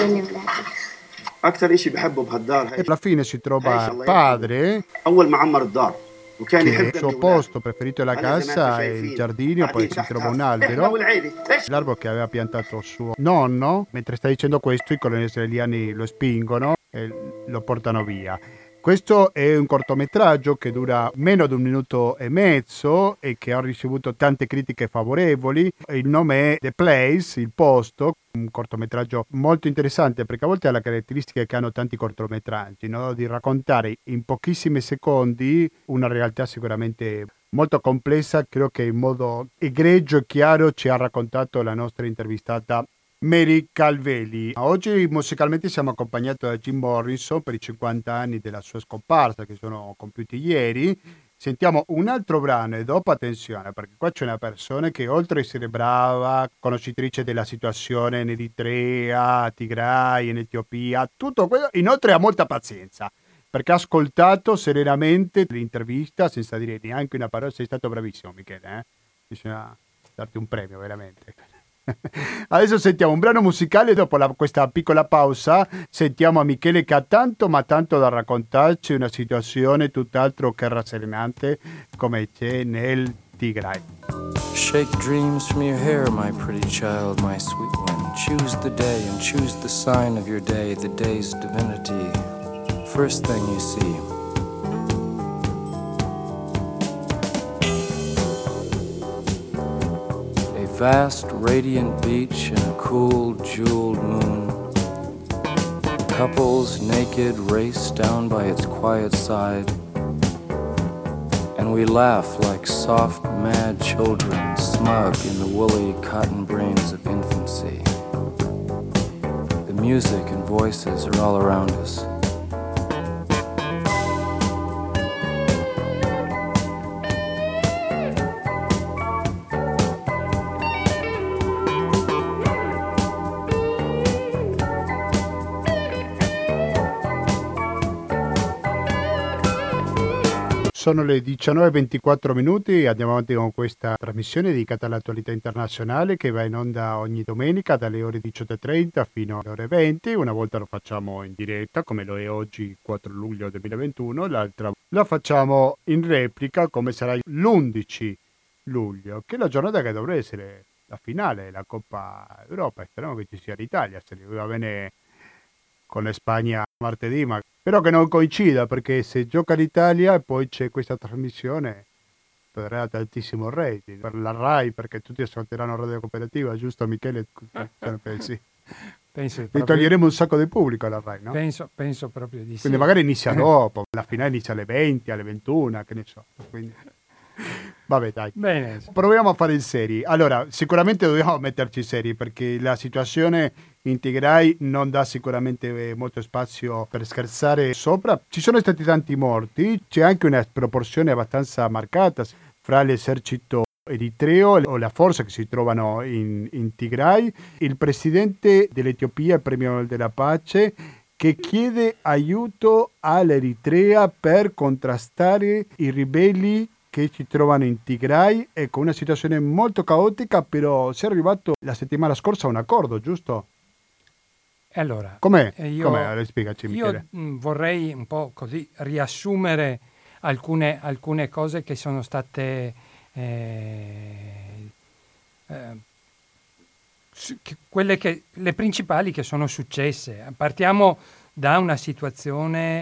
E alla fine si trova il padre che il suo posto preferito della casa è il giardino, poi si trova un albero, l'albero che aveva piantato suo nonno. Mentre sta dicendo questo i coloni israeliani lo spingono e lo portano via. Questo è un cortometraggio che dura meno di un minuto e mezzo e che ha ricevuto tante critiche favorevoli. Il nome è The Place, Il Posto, un cortometraggio molto interessante perché a volte ha la caratteristica che hanno tanti cortometraggi, no? Di raccontare in pochissimi secondi una realtà sicuramente molto complessa. Credo che in modo egregio e chiaro ci ha raccontato la nostra intervistata Mary Calvelli. Oggi musicalmente siamo accompagnati da Jim Morrison per i cinquanta anni della sua scomparsa che sono compiuti ieri. Sentiamo un altro brano e dopo attenzione perché qua c'è una persona che oltre a essere brava, conoscitrice della situazione in Eritrea, Tigray, in Etiopia, tutto quello, inoltre ha molta pazienza perché ha ascoltato serenamente l'intervista senza dire neanche una parola. Sei stato bravissimo Michele, eh? Bisogna darti un premio veramente. Adesso sentiamo un brano musicale. Dopo la, questa piccola pausa sentiamo a Michele che ha tanto ma tanto da raccontarci, una situazione tutt'altro che rasserenante come c'è nel Tigray. Shake dreams from your hair, my pretty child, my sweet one. Choose the day and choose the sign of your day, the day's divinity. First thing you see. Vast, radiant beach and a cool, jeweled moon. Couples naked race down by its quiet side. And we laugh like soft, mad children, smug in the woolly cotton brains of infancy. The music and voices are all around us. sono le diciannove e ventiquattro minuti, andiamo avanti con questa trasmissione dedicata all'attualità internazionale che va in onda ogni domenica dalle ore diciotto e trenta fino alle ore venti. Una volta lo facciamo in diretta come lo è oggi quattro luglio duemilaventuno, l'altra la facciamo in replica come sarà l'undici luglio, che è la giornata che dovrebbe essere la finale della Coppa Europa. Speriamo che ci sia l'Italia, se va bene con la Spagna martedì, ma spero che non coincida, perché se gioca l'Italia e poi c'è questa trasmissione prenderà tantissimo rating per la Rai, perché tutti ascolteranno Radio Cooperativa, giusto Michele? Cosa ne pensi? Penso Gli proprio, toglieremo un sacco di pubblico alla Rai, no? penso, penso proprio di sì. Quindi magari inizia dopo, la finale inizia alle venti, alle ventuno, che ne so. Quindi... Vabbè, dai. Bene. Proviamo a fare in serie. Allora, sicuramente dobbiamo metterci seri, perché la situazione in Tigray non dà sicuramente molto spazio per scherzare sopra. Ci sono stati tanti morti, c'è anche una proporzione abbastanza marcata fra l'esercito eritreo o la forza che si trovano in, in Tigray. Il presidente dell'Etiopia, premio Nobel della pace, che chiede aiuto all'Eritrea per contrastare i ribelli che si trovano in Tigray. È con una situazione molto caotica, però si è arrivato la settimana scorsa a un accordo, giusto? Allora, com'è? Io, com'è? Spiegaci, Michele. Io mh, vorrei un po' così riassumere alcune, alcune cose che sono state eh, eh, che, quelle che le principali che sono successe. Partiamo da una situazione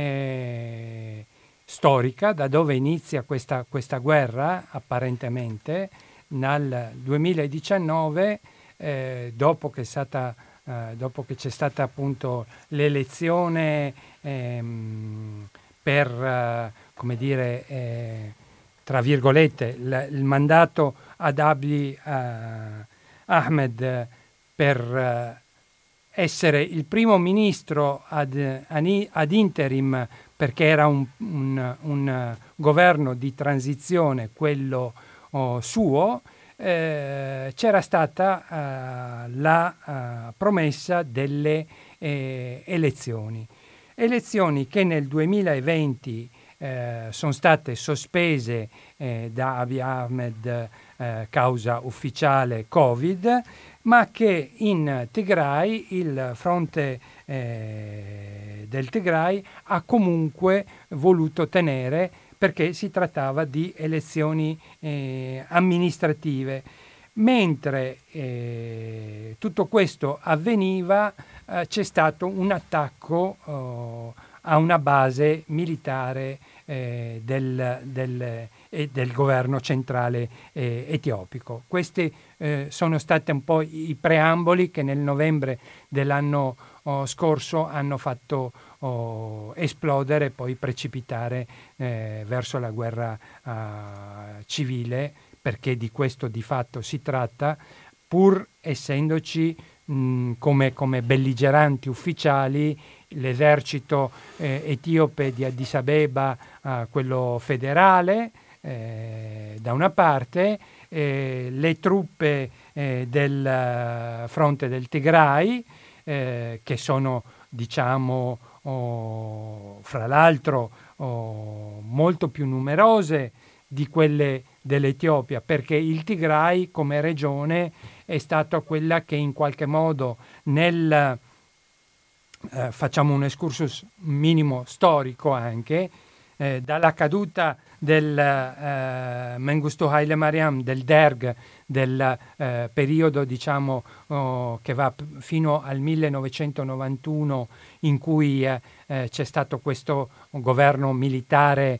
eh, storica, da dove inizia questa, questa guerra apparentemente nel duemiladiciannove, eh, dopo che è stata Uh, dopo che c'è stata appunto l'elezione ehm, per, uh, come dire, eh, tra virgolette, l- il mandato ad Abiy uh, Ahmed per uh, essere il primo ministro ad, ad interim, perché era un, un, un governo di transizione, quello oh, suo. Eh, c'era stata uh, la uh, promessa delle eh, elezioni. Elezioni che nel duemilaventi eh, sono state sospese eh, da Abiy Ahmed eh, causa ufficiale Covid, ma che in Tigray, il fronte eh, del Tigray, ha comunque voluto tenere, perché si trattava di elezioni eh, amministrative. Mentre eh, tutto questo avveniva, eh, c'è stato un attacco oh, a una base militare eh, del, del, eh, del governo centrale eh, etiopico. Questi eh, sono stati un po' i preamboli che nel novembre dell'anno oh, scorso hanno fatto oh, esplodere e poi precipitare eh, verso la guerra uh, civile, perché di questo di fatto si tratta, pur essendoci mh, come, come belligeranti ufficiali l'esercito eh, etiope di Addis Abeba, uh, quello federale, eh, da una parte, eh, le truppe eh, del fronte del Tigray, eh, che sono, diciamo, oh, fra l'altro oh, molto più numerose di quelle dell'Etiopia, perché il Tigray come regione è stata quella che in qualche modo nel eh, facciamo un excursus minimo storico anche, eh, dalla caduta del eh, Mengistu Haile Mariam, del Derg, del eh, periodo diciamo oh, che va p- fino al millenovecentonovantuno, in cui eh, eh, c'è stato questo governo militare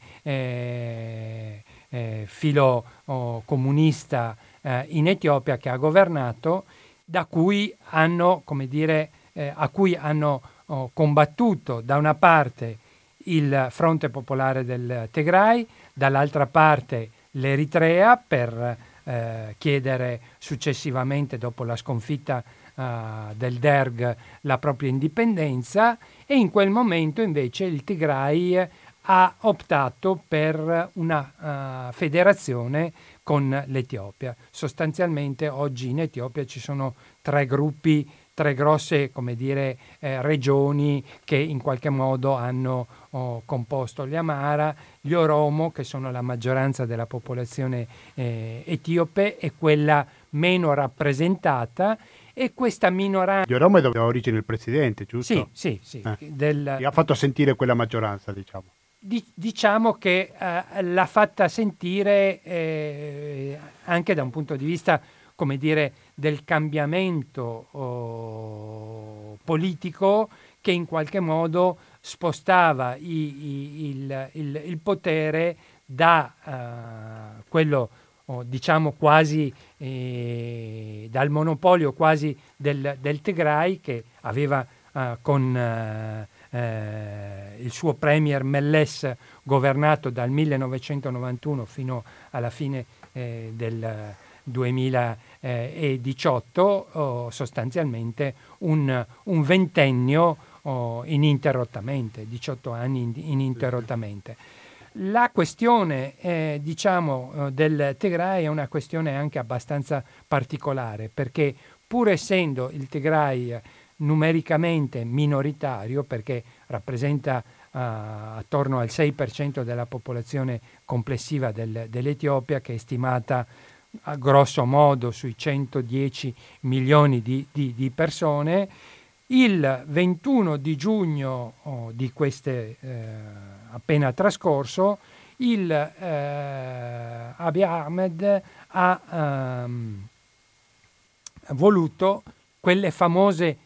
eh, eh, filo oh, comunista eh, in Etiopia, che ha governato, da cui hanno, come dire, eh, a cui hanno oh, combattuto da una parte il Fronte Popolare del Tigray, dall'altra parte l'Eritrea, per eh, chiedere successivamente, dopo la sconfitta uh, del Derg, la propria indipendenza, e in quel momento invece il Tigray ha optato per una uh, federazione con l'Etiopia. Sostanzialmente oggi in Etiopia ci sono tre gruppi tre grosse, come dire, eh, regioni che in qualche modo hanno oh, composto gli Amhara, gli Oromo, che sono la maggioranza della popolazione eh, etiope, e quella meno rappresentata, e questa minoranza... Gli Oromo è dove ha origine il presidente, giusto? Sì, sì, sì. Eh. Del... E ha fatto sentire quella maggioranza, diciamo. Di, diciamo che eh, l'ha fatta sentire eh, anche da un punto di vista, come dire, del cambiamento oh, politico, che in qualche modo spostava i, i, il, il, il potere da uh, quello, oh, diciamo quasi eh, dal monopolio quasi del, del Tigray, che aveva uh, con uh, eh, il suo premier Melles governato dal millenovecentonovantuno fino alla fine eh, del duemiladiciotto, oh, sostanzialmente un, un ventennio oh, ininterrottamente, diciotto anni in, ininterrottamente. La questione eh, diciamo del Tigray è una questione anche abbastanza particolare, perché pur essendo il Tigray numericamente minoritario, perché rappresenta uh, attorno al sei per cento della popolazione complessiva del, dell'Etiopia, che è stimata a grosso modo sui centodieci milioni di, di, di persone. Il ventuno di giugno oh, di queste eh, appena trascorso, il eh, Abiy Ahmed ha um, voluto quelle famose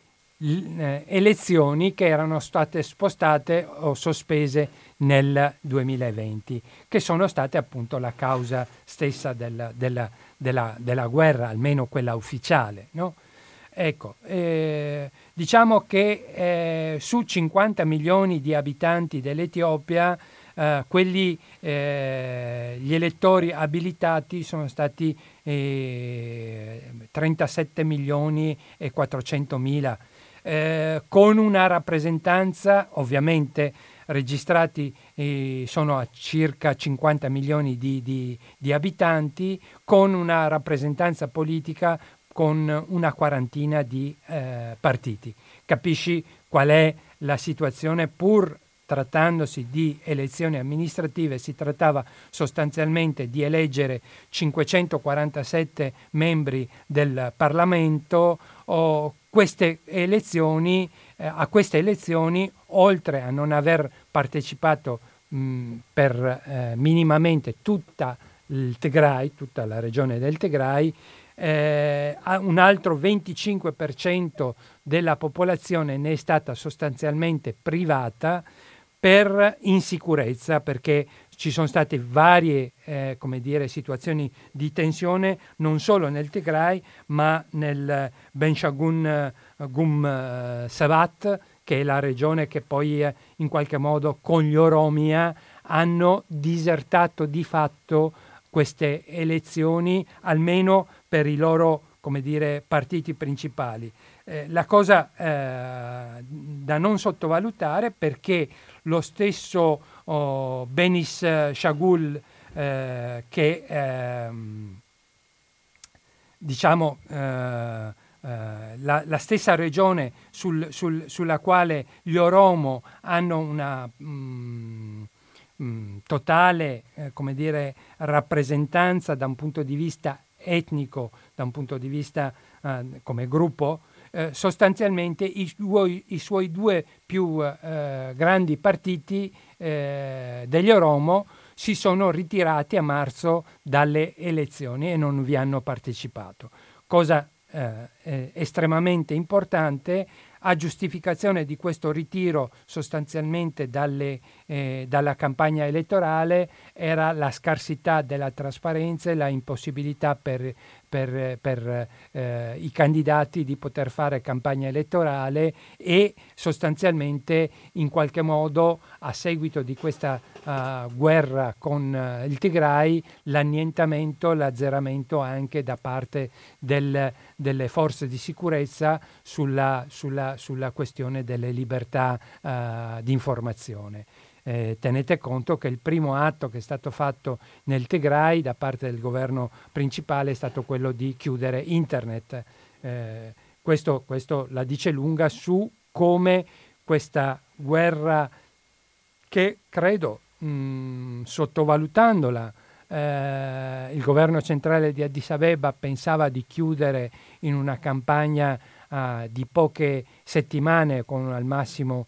elezioni che erano state spostate o sospese nel duemilaventi, che sono state appunto la causa stessa del, della, della, della guerra, almeno quella ufficiale, no? Ecco, eh, diciamo che eh, su cinquanta milioni di abitanti dell'Etiopia, eh, quelli, eh, gli elettori abilitati sono stati eh, trentasette milioni e quattrocentomila, Eh, con una rappresentanza, ovviamente registrati eh, sono a circa cinquanta milioni di, di, di abitanti, con una rappresentanza politica con una quarantina di eh, partiti. Capisci qual è la situazione? Pur trattandosi di elezioni amministrative, si trattava sostanzialmente di eleggere cinquecentoquarantasette membri del Parlamento. O queste elezioni, eh, a queste elezioni, oltre a non aver partecipato mh, per eh, minimamente tutta il Tigray, tutta la regione del Tigray, eh, un altro venticinque per cento della popolazione ne è stata sostanzialmente privata per insicurezza, perché ci sono state varie eh, come dire, situazioni di tensione non solo nel Tigray ma nel Benshagun Gum eh, Savat, che è la regione che poi eh, in qualche modo con gli Oromia hanno disertato di fatto queste elezioni, almeno per i loro, come dire, partiti principali. Eh, la cosa eh, da non sottovalutare, perché lo stesso oh, Benis Shagul, eh, che eh, diciamo eh, eh, la, la stessa regione sul, sul, sulla quale gli Oromo hanno una mh, mh, totale eh, come dire, rappresentanza da un punto di vista etnico, da un punto di vista eh, come gruppo, Eh, sostanzialmente i suoi, i suoi due più eh, grandi partiti eh, degli Oromo si sono ritirati a marzo dalle elezioni e non vi hanno partecipato, cosa eh, estremamente importante. A giustificazione di questo ritiro sostanzialmente dalle, eh, dalla campagna elettorale era la scarsità della trasparenza e la impossibilità per, per, per eh, i candidati di poter fare campagna elettorale, e sostanzialmente in qualche modo, a seguito di questa uh, guerra con uh, il Tigray, l'annientamento, l'azzeramento anche da parte del, delle forze di sicurezza sulla, sulla sulla questione delle libertà uh, di informazione. Eh, tenete conto che il primo atto che è stato fatto nel Tigray da parte del governo principale è stato quello di chiudere internet. Eh, questo, questo la dice lunga su come questa guerra, che credo, mh, sottovalutandola, eh, il governo centrale di Addis Abeba pensava di chiudere in una campagna uh, di poche settimane, con al massimo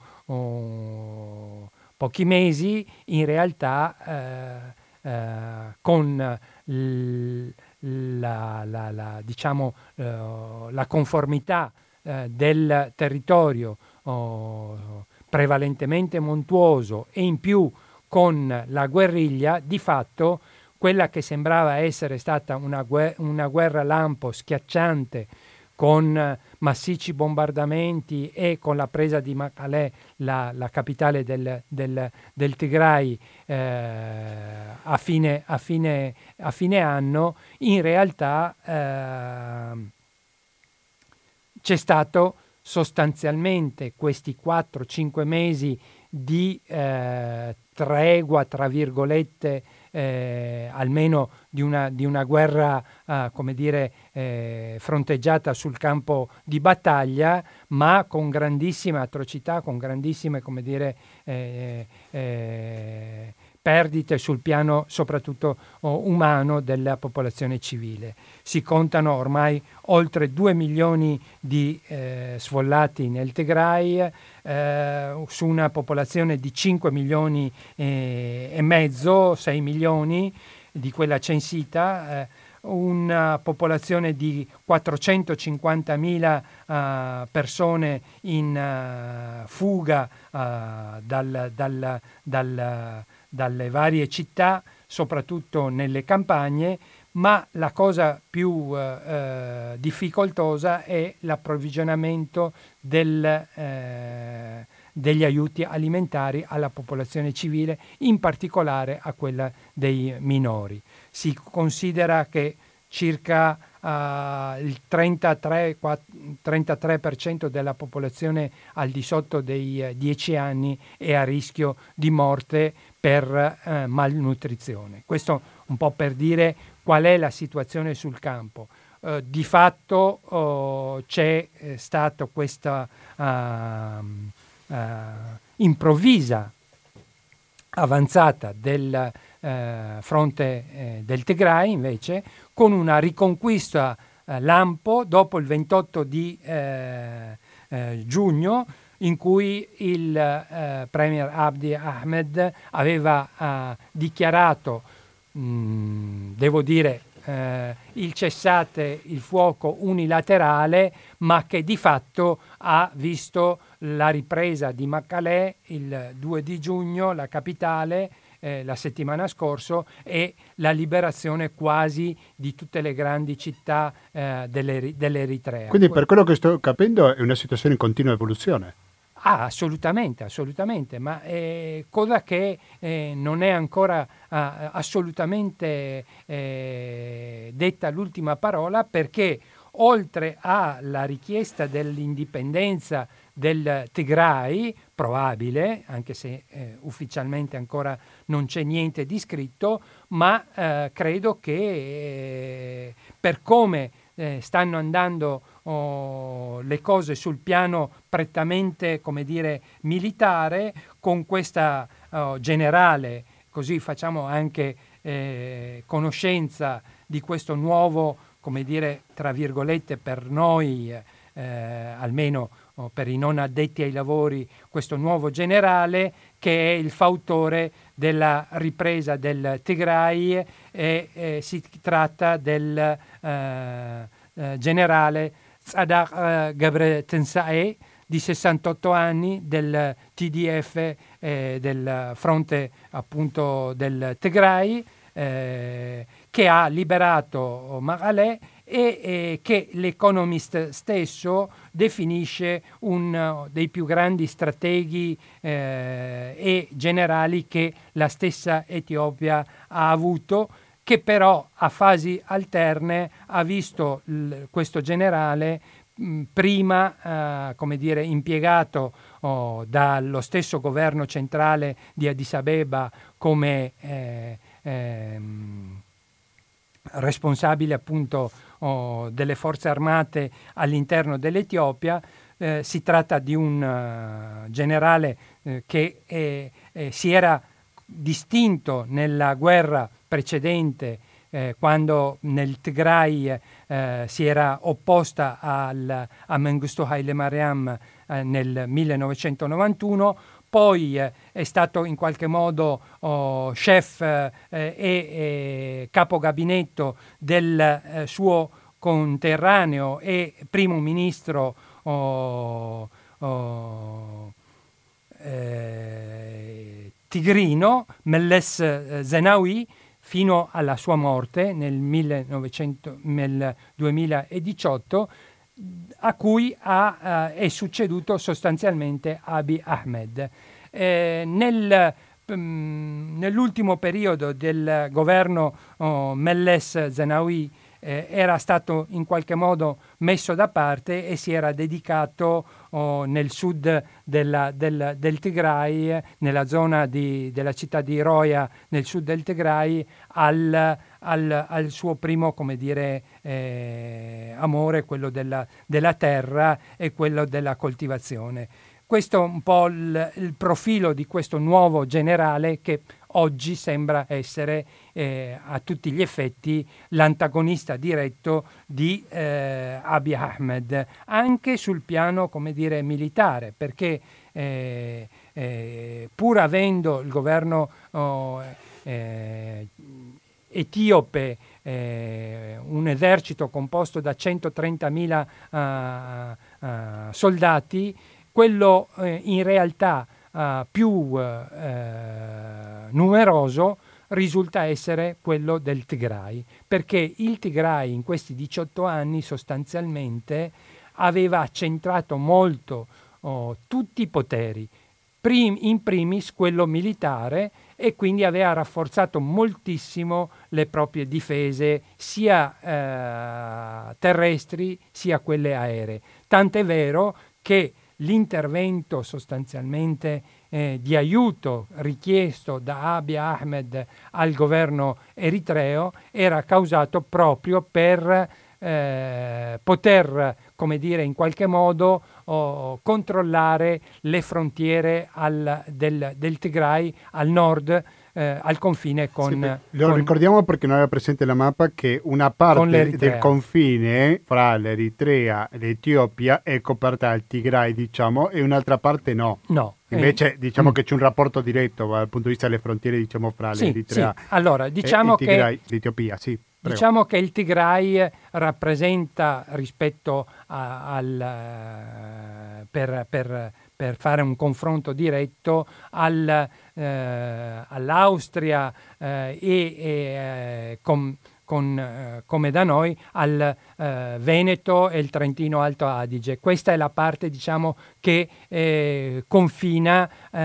oh, pochi mesi, in realtà eh, eh, con l, la, la, la, diciamo, eh, la conformità eh, del territorio oh, prevalentemente montuoso, e in più con la guerriglia, di fatto quella che sembrava essere stata una, guer- una guerra lampo schiacciante, con massicci bombardamenti e con la presa di Mekelle, la, la capitale del, del, del Tigray, eh, a, fine, a, fine, a fine anno, in realtà eh, c'è stato sostanzialmente questi quattro cinque mesi di eh, tregua, tra virgolette, eh, almeno di una, di una guerra, eh, come dire, eh, fronteggiata sul campo di battaglia, ma con grandissime atrocità, con grandissime, come dire, eh, eh, perdite sul piano soprattutto oh, umano della popolazione civile. Si contano ormai oltre due milioni di eh, sfollati nel Tigray, eh, su una popolazione di cinque milioni eh, e mezzo, sei milioni di quella censita, eh, una popolazione di quattrocentocinquantamila uh, persone in uh, fuga uh, dal, dal, dal, dalle varie città, soprattutto nelle campagne, ma la cosa più uh, uh, difficoltosa è l'approvvigionamento del, uh, degli aiuti alimentari alla popolazione civile, in particolare a quella dei minori. Si considera che circa uh, il trentatré per cento della popolazione al di sotto dei uh, dieci anni è a rischio di morte per uh, malnutrizione. Questo un po' per dire qual è la situazione sul campo. Uh, di fatto uh, c'è eh, stata questa uh, uh, improvvisa avanzata del eh, fronte eh, del Tigray, invece, con una riconquista eh, lampo dopo il ventotto di eh, eh, giugno, in cui il eh, premier Abiy Ahmed aveva eh, dichiarato, mh, devo dire, eh, il cessate il fuoco unilaterale, ma che di fatto ha visto la ripresa di Mekelle il due di giugno, la capitale, eh, la settimana scorsa, e la liberazione quasi di tutte le grandi città eh, dell'Eri- dell'Eritrea. Quindi, per quello che sto capendo, è una situazione in continua evoluzione. Ah, assolutamente, assolutamente, ma eh, cosa che eh, non è ancora ah, assolutamente eh, detta l'ultima parola, perché oltre alla richiesta dell'indipendenza del Tigray, probabile, anche se eh, ufficialmente ancora non c'è niente di scritto, ma eh, credo che eh, per come eh, stanno andando oh, le cose sul piano prettamente, come dire, militare, con questa oh, generale, così facciamo anche eh, conoscenza di questo nuovo, come dire, tra virgolette, per noi, eh, almeno oh, per i non addetti ai lavori, questo nuovo generale, che è il fautore della ripresa del Tigray, e eh, si tratta del eh, eh, generale Sadak eh, Gebre Tensae, di sessantotto anni, del T D F, eh, del fronte appunto del Tigray, eh, che ha liberato Mekelle e eh, che l'Economist stesso definisce uno dei più grandi strateghi eh, e generali che la stessa Etiopia ha avuto, che però a fasi alterne ha visto l- questo generale mh, prima eh, come dire, impiegato oh, dallo stesso governo centrale di Addis Abeba come eh, ehm, responsabile appunto oh, delle forze armate all'interno dell'Etiopia. Eh, si tratta di un uh, generale eh, che eh, eh, si era distinto nella guerra precedente, eh, quando nel Tigray eh, si era opposta al, a Mengistu Haile Mariam eh, nel millenovecentonovantuno. Poi eh, è stato in qualche modo oh, chef eh, e, e capo gabinetto del eh, suo conterraneo e primo ministro oh, oh, eh, tigrino Meles Zenawi, fino alla sua morte nel, millenovecento, nel duemiladiciotto, a cui ha, eh, è succeduto sostanzialmente Abiy Ahmed. Eh, nel, mh, nell'ultimo periodo del governo oh, Meles Zenawi eh, era stato in qualche modo messo da parte e si era dedicato oh, nel sud della, del, del Tigray, nella zona di, della città di Roya, nel sud del Tigray, al, al, al suo primo, come dire, eh, amore, quello della, della terra e quello della coltivazione. Questo è un po' il, il profilo di questo nuovo generale che oggi sembra essere eh, a tutti gli effetti l'antagonista diretto di eh, Abiy Ahmed, anche sul piano, come dire, militare, perché eh, eh, pur avendo il governo oh, eh, etiope eh, un esercito composto da centotrentamila uh, uh, soldati, quello eh, in realtà uh, più uh, numeroso risulta essere quello del Tigray, perché il Tigray in questi diciotto anni sostanzialmente aveva accentrato molto oh, tutti i poteri, prim- in primis quello militare, e quindi aveva rafforzato moltissimo le proprie difese sia eh, terrestri sia quelle aeree. Tant'è vero che l'intervento sostanzialmente eh, di aiuto richiesto da Abiy Ahmed al governo eritreo era causato proprio per eh, poter, come dire, in qualche modo oh, controllare le frontiere al, del, del Tigray al nord, eh, al confine con... Sì, lo con, ricordiamo perché non aveva presente la mappa che una parte del confine fra l'Eritrea e l'Etiopia è coperta dal Tigray, diciamo, e un'altra parte no. No. Invece eh, diciamo mm. che c'è un rapporto diretto dal punto di vista delle frontiere, diciamo, fra sì, l'Eritrea sì. Allora, diciamo e il Tigray, che, l'Etiopia, sì. Prego. Diciamo che il Tigray rappresenta rispetto a, al per, per, per fare un confronto diretto al, eh, all'Austria eh, e, e eh, com, con, eh, come da noi al eh, Veneto e il Trentino Alto Adige. Questa è la parte, diciamo, che eh, confina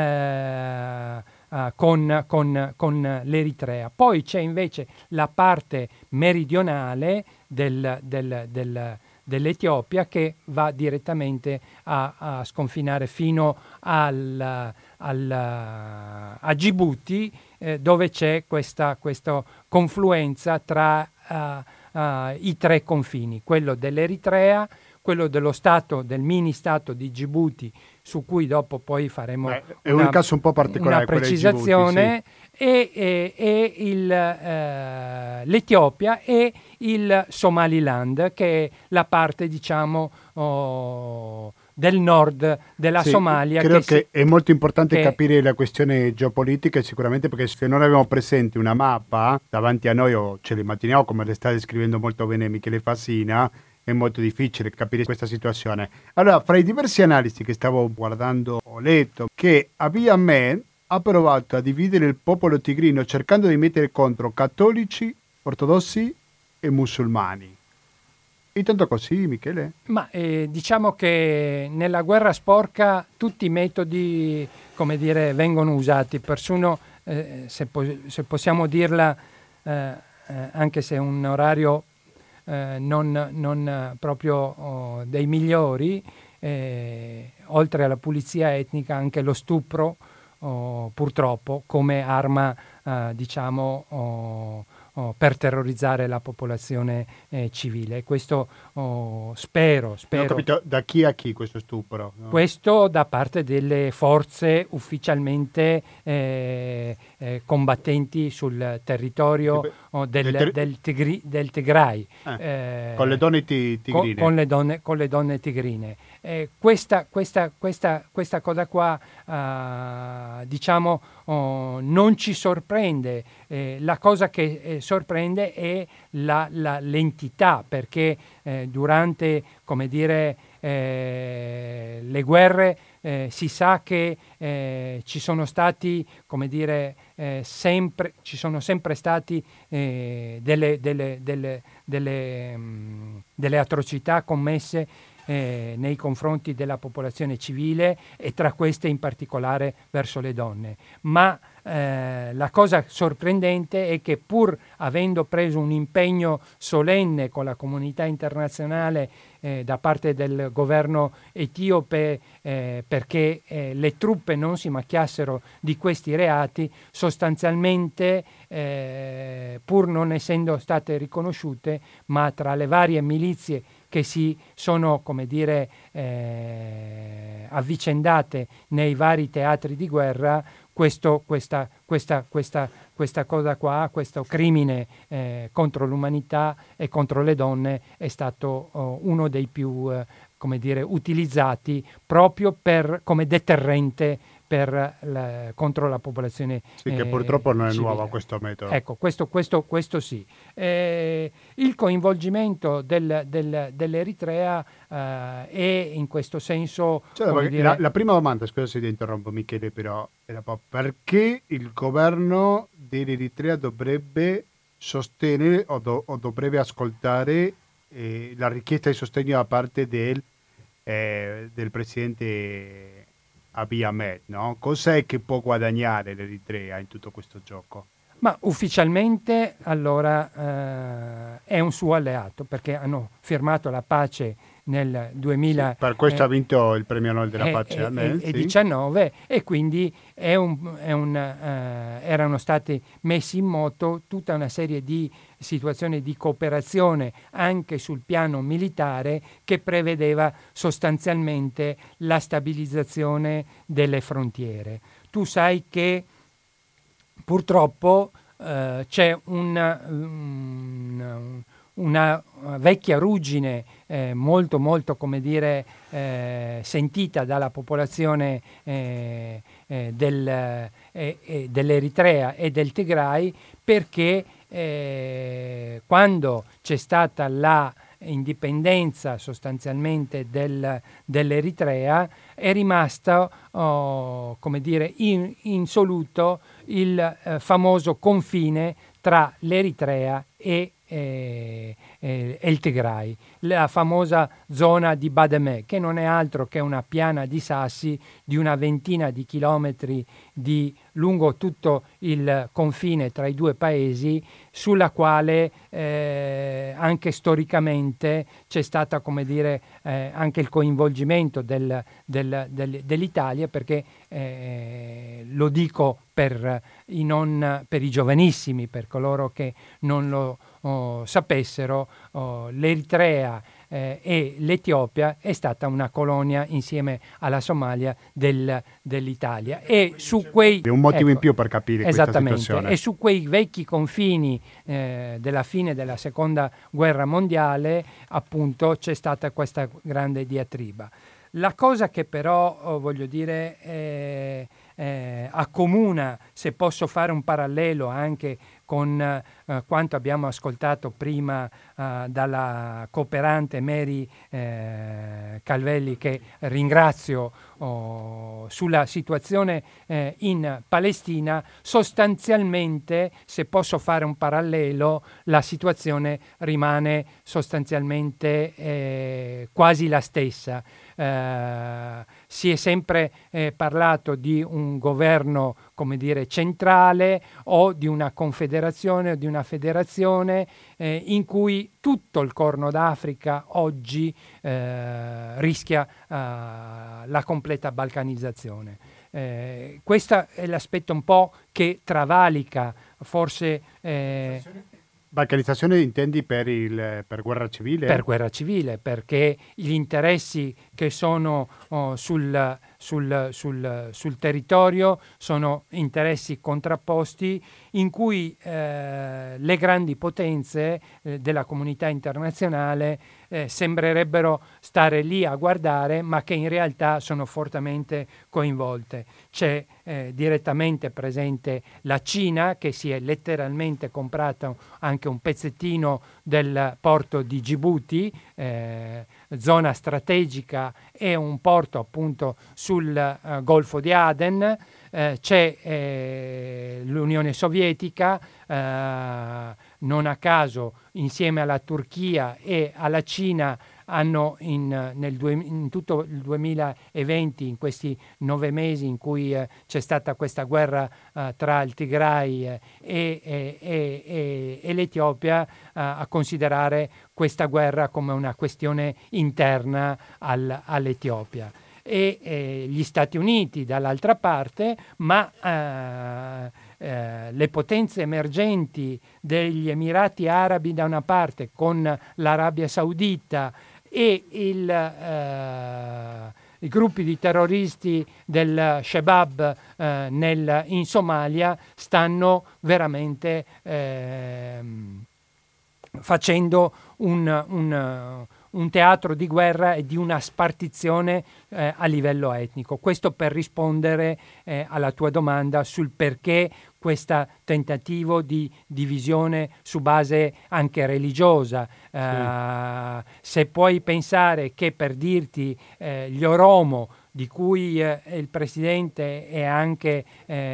eh, Uh, con, con, con l'Eritrea. Poi c'è invece la parte meridionale del, del, del, dell'Etiopia che va direttamente a, a sconfinare fino al, al, a Djibouti, eh, dove c'è questa, questa confluenza tra uh, uh, i tre confini, quello dell'Eritrea, quello dello stato, del mini stato di Djibouti, su cui dopo poi faremo Beh, è una, un caso un po' particolare, una precisazione, Djibouti, sì. e, e, e il, eh, l'Etiopia e il Somaliland, che è la parte, diciamo, oh, del nord della sì, Somalia. Credo che, che si, è molto importante che... capire la questione geopolitica, sicuramente, perché se non abbiamo presente una mappa davanti a noi o ce l'immaginiamo, come le sta descrivendo molto bene Michele Fassina, è molto difficile capire questa situazione. Allora, fra i diversi analisi che stavo guardando, ho letto che Abiy Ahmed ha provato a dividere il popolo tigrino cercando di mettere contro cattolici, ortodossi e musulmani. Intanto così, Michele? Ma eh, diciamo che nella guerra sporca tutti i metodi, come dire, vengono usati. Persino, eh, se, po- se possiamo dirla, eh, eh, anche se è un orario Eh, non, non proprio oh, dei migliori, eh, oltre alla pulizia etnica anche lo stupro oh, purtroppo come arma eh, diciamo oh, oh, per terrorizzare la popolazione eh, civile. Questo oh, spero, spero. Non ho capito da chi a chi questo stupro. No? Questo da parte delle forze ufficialmente eh, eh, combattenti sul territorio oh, del, del, ter- del, tigri, del Tigray. Eh, eh, con le donne ti- tigrine. Con, con, le donne, con le donne tigrine. Eh, questa, questa, questa, questa cosa qua, uh, diciamo, oh, non ci sorprende. Eh, la cosa che eh, sorprende è la, la, l'entità, perché eh, durante, come dire, eh, le guerre eh, si sa che eh, ci sono stati, come dire, eh, sempre, ci sono sempre stati eh, delle, delle, delle, delle, mh, delle atrocità commesse Eh, nei confronti della popolazione civile e tra queste in particolare verso le donne. Ma eh, la cosa sorprendente è che pur avendo preso un impegno solenne con la comunità internazionale eh, da parte del governo etiope eh, perché eh, le truppe non si macchiassero di questi reati, sostanzialmente eh, pur non essendo state riconosciute, ma tra le varie milizie che si sono, come dire, eh, avvicendate nei vari teatri di guerra, questo, questa, questa, questa, questa cosa qua, questo crimine eh, contro l'umanità e contro le donne è stato oh, uno dei più, eh, come dire, utilizzati proprio per, come deterrente per la, contro la popolazione sì, che eh, purtroppo non è civile. nuovo questo metodo. Ecco, questo, questo, questo sì. Eh, il coinvolgimento del, del, dell'Eritrea eh, è in questo senso... Cioè, come dire... la, la prima domanda, scusa se ti interrompo Michele, però era perché il governo dell'Eritrea dovrebbe sostenere o, do, o dovrebbe ascoltare eh, la richiesta di sostegno da parte del, eh, del presidente Abiy Ahmed, no? Cos'è che può guadagnare l'Eritrea in tutto questo gioco? Ma ufficialmente allora eh, è un suo alleato perché hanno firmato la pace nel duemila. Sì, per questo eh, ha vinto il premio Nobel della pace e, Ahmed, e, sì. diciannove e quindi è un, è un, eh, erano stati messi in moto tutta una serie di situazioni di cooperazione anche sul piano militare che prevedeva sostanzialmente la stabilizzazione delle frontiere. Tu sai che purtroppo eh, c'è una, una, una vecchia ruggine eh, molto molto come dire eh, sentita dalla popolazione eh, eh, del, eh, eh, dell'Eritrea e del Tigray perché eh, quando c'è stata la indipendenza sostanzialmente del, dell'Eritrea è rimasto oh, come dire in, insoluto il eh, famoso confine tra l'Eritrea e, eh, eh, e il Tigray, la famosa zona di Bademè, che non è altro che una piana di sassi di una ventina di chilometri di, lungo tutto il confine tra i due paesi, sulla quale eh, anche storicamente c'è stata, come dire, eh, anche il coinvolgimento del, del, del, dell'Italia, perché eh, lo dico per i, non, per i giovanissimi, per coloro che non lo oh, sapessero, oh, l'Eritrea eh, e l'Etiopia è stata una colonia insieme alla Somalia del, dell'Italia e su quei è un motivo ecco, in più per capire questa situazione. E su quei vecchi confini eh, della fine della seconda guerra mondiale appunto c'è stata questa grande diatriba. La cosa che però oh, voglio dire eh, eh, accomuna, se posso fare un parallelo anche con eh, quanto abbiamo ascoltato prima eh, dalla cooperante Mary eh, Calvelli, che ringrazio, oh, sulla situazione eh, in Palestina, sostanzialmente, se posso fare un parallelo, la situazione rimane sostanzialmente eh, quasi la stessa. Eh, si è sempre eh, parlato di un governo, come dire, centrale o di una confederazione o di una federazione eh, in cui tutto il Corno d'Africa oggi eh, rischia eh, la completa balcanizzazione. Eh, questo è l'aspetto un po' che travalica forse eh, Balcanizzazione intendi per, il, per guerra civile? Per guerra civile, perché gli interessi che sono oh, sul, sul, sul, sul territorio sono interessi contrapposti in cui eh, le grandi potenze eh, della comunità internazionale eh, sembrerebbero stare lì a guardare, ma che in realtà sono fortemente coinvolte. C'è eh, direttamente presente la Cina, che si è letteralmente comprata anche un pezzettino del porto di Djibouti, eh, zona strategica, e un porto appunto sul eh, Golfo di Aden. Eh, c'è eh, l'Unione Sovietica, eh, non a caso insieme alla Turchia e alla Cina hanno in, nel due, in tutto il duemilaventi, in questi nove mesi in cui eh, c'è stata questa guerra eh, tra il Tigray eh, e, e, e, e l'Etiopia, eh, a considerare questa guerra come una questione interna al, all'Etiopia. E eh, gli Stati Uniti dall'altra parte, ma eh, eh, le potenze emergenti degli Emirati Arabi da una parte, con l'Arabia Saudita e il, eh, i gruppi di terroristi del Shabab eh, nel, in Somalia, stanno veramente eh, facendo un, un un teatro di guerra e di una spartizione eh, a livello etnico. Questo per rispondere eh, alla tua domanda sul perché questo tentativo di divisione su base anche religiosa. Sì. Uh, se puoi pensare che, per dirti, eh, gli Oromo, di cui eh, il presidente è anche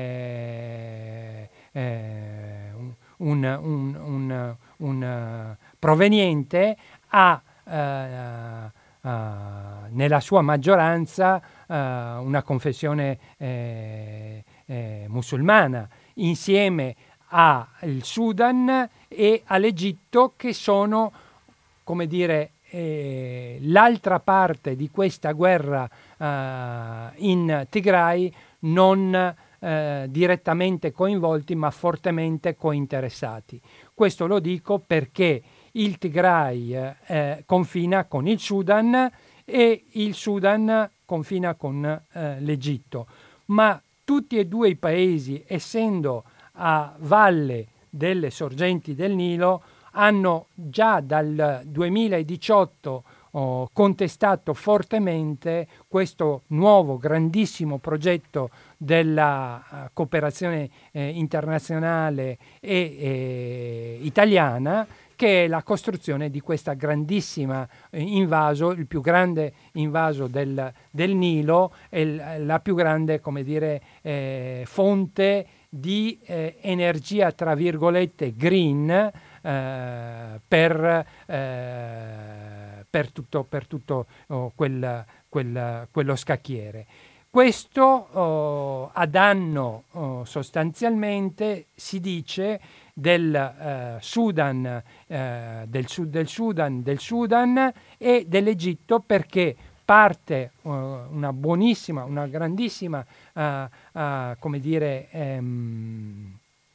eh, eh, un, un, un, un, un uh, proveniente, ha Uh, uh, nella sua maggioranza uh, una confessione eh, eh, musulmana, insieme al Sudan e all'Egitto, che sono, come dire, eh, l'altra parte di questa guerra uh, in Tigray, non uh, direttamente coinvolti, ma fortemente cointeressati. Questo lo dico perché il Tigray eh, confina con il Sudan e il Sudan confina con eh, l'Egitto, ma tutti e due i paesi, essendo a valle delle sorgenti del Nilo, hanno già dal duemiladiciotto oh, contestato fortemente questo nuovo grandissimo progetto della uh, cooperazione eh, internazionale e eh, italiana, che è la costruzione di questa grandissima eh, invaso, il più grande invaso del, del Nilo, e la più grande, come dire, eh, fonte di eh, energia, tra virgolette, green, eh, per, eh, per tutto, per tutto oh, quel, quel, quello scacchiere. Questo oh, a danno oh, sostanzialmente, si dice, del eh, Sudan, eh, del sud del Sudan, del Sudan e dell'Egitto, perché parte uh, una buonissima, una grandissima, uh, uh, come dire, um,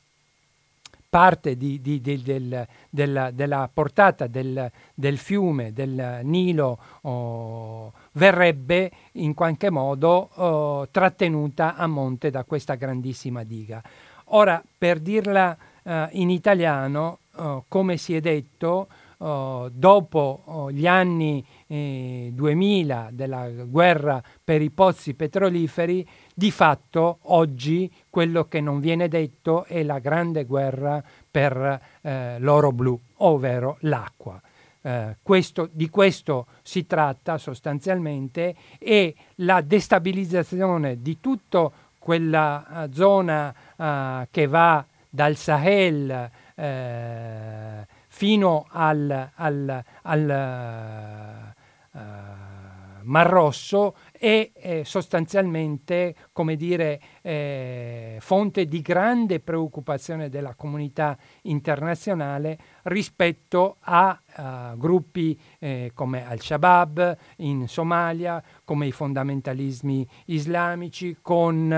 parte di, di, di, del, della, della portata del, del fiume, del Nilo, oh, verrebbe in qualche modo oh, trattenuta a monte da questa grandissima diga. Ora, per dirla Uh, in italiano, uh, come si è detto, uh, dopo uh, gli anni eh, duemila della guerra per i pozzi petroliferi, di fatto oggi quello che non viene detto è la grande guerra per eh, l'oro blu, ovvero l'acqua. Uh, questo, di questo si tratta sostanzialmente, e la destabilizzazione di tutta quella uh, zona uh, che va dal Sahel eh, fino al, al, al uh, Mar Rosso è eh, sostanzialmente, come dire, eh, fonte di grande preoccupazione della comunità internazionale rispetto a, a gruppi eh, come Al-Shabaab in Somalia, come i fondamentalismi islamici, con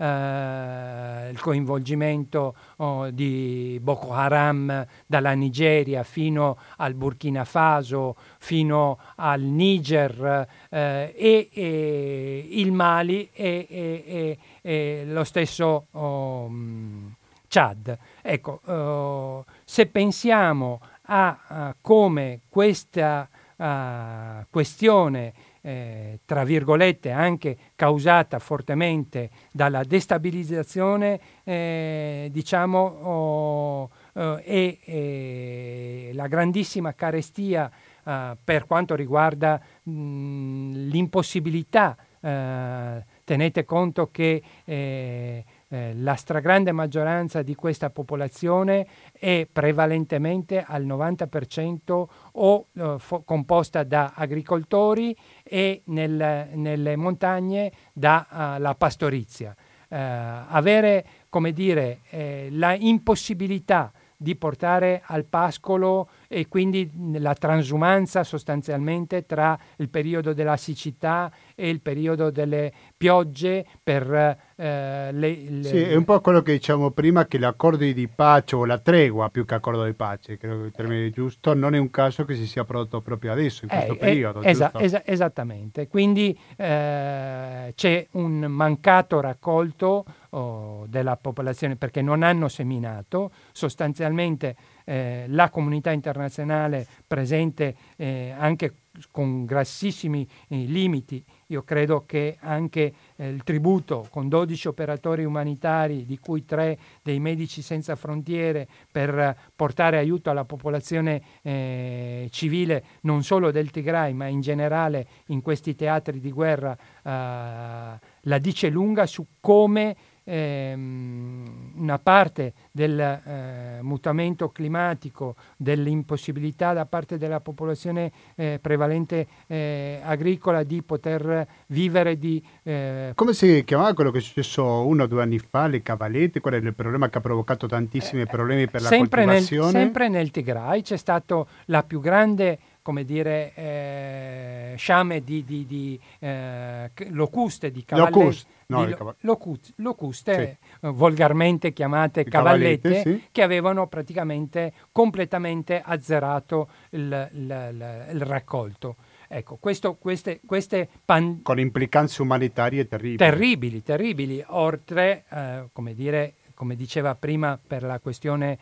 eh, il coinvolgimento oh, di Boko Haram dalla Nigeria fino al Burkina Faso, fino al Niger eh, e, e il Mali e, e, e, e lo stesso oh, Chad. Ecco, uh, se pensiamo a, a come questa uh, questione Eh, tra virgolette anche causata fortemente dalla destabilizzazione eh, diciamo oh, oh, e, e la grandissima carestia eh, per quanto riguarda mh, l'impossibilità eh, tenete conto che eh, eh, la stragrande maggioranza di questa popolazione è prevalentemente al novanta per cento o eh, fo- composta da agricoltori e nel, nelle montagne dalla uh, pastorizia. Uh, avere, come dire, eh, la impossibilità di portare al pascolo e quindi la transumanza sostanzialmente tra il periodo della siccità e il periodo delle piogge per eh, le, le... Sì, è un po' quello che diciamo prima, che l'accordo di pace o la tregua più che accordo di pace, credo che il termine giusto, non è un caso che si sia prodotto proprio adesso, in questo eh, periodo. Eh, esa- esa- esattamente, quindi eh, c'è un mancato raccolto oh, della popolazione perché non hanno seminato, sostanzialmente eh, la comunità internazionale presente eh, anche con grassissimi eh, limiti. Io credo che anche eh, il tributo con dodici operatori umanitari, di cui tre dei Medici Senza Frontiere, per portare aiuto alla popolazione eh, civile, non solo del Tigray, ma in generale in questi teatri di guerra, eh, la dice lunga su come ehm, una parte del eh, mutamento climatico, dell'impossibilità da parte della popolazione eh, prevalente eh, agricola di poter vivere di... Eh, Come si chiamava quello che è successo uno o due anni fa, le cavallette? Qual è il problema che ha provocato tantissimi problemi per la sempre coltivazione? Nel, sempre nel Tigray c'è stato la più grande, come dire, eh, sciame di, di, di eh, locuste, di cavallette. Locust, no, di cav- locuste, locuste sì. eh, volgarmente chiamate Di cavallette, cavallette, sì. che avevano praticamente completamente azzerato il, il, il, il raccolto. Ecco, questo, queste, queste pan- con implicanze umanitarie terribili. Terribili, terribili, oltre, eh, come dire, come diceva prima per la questione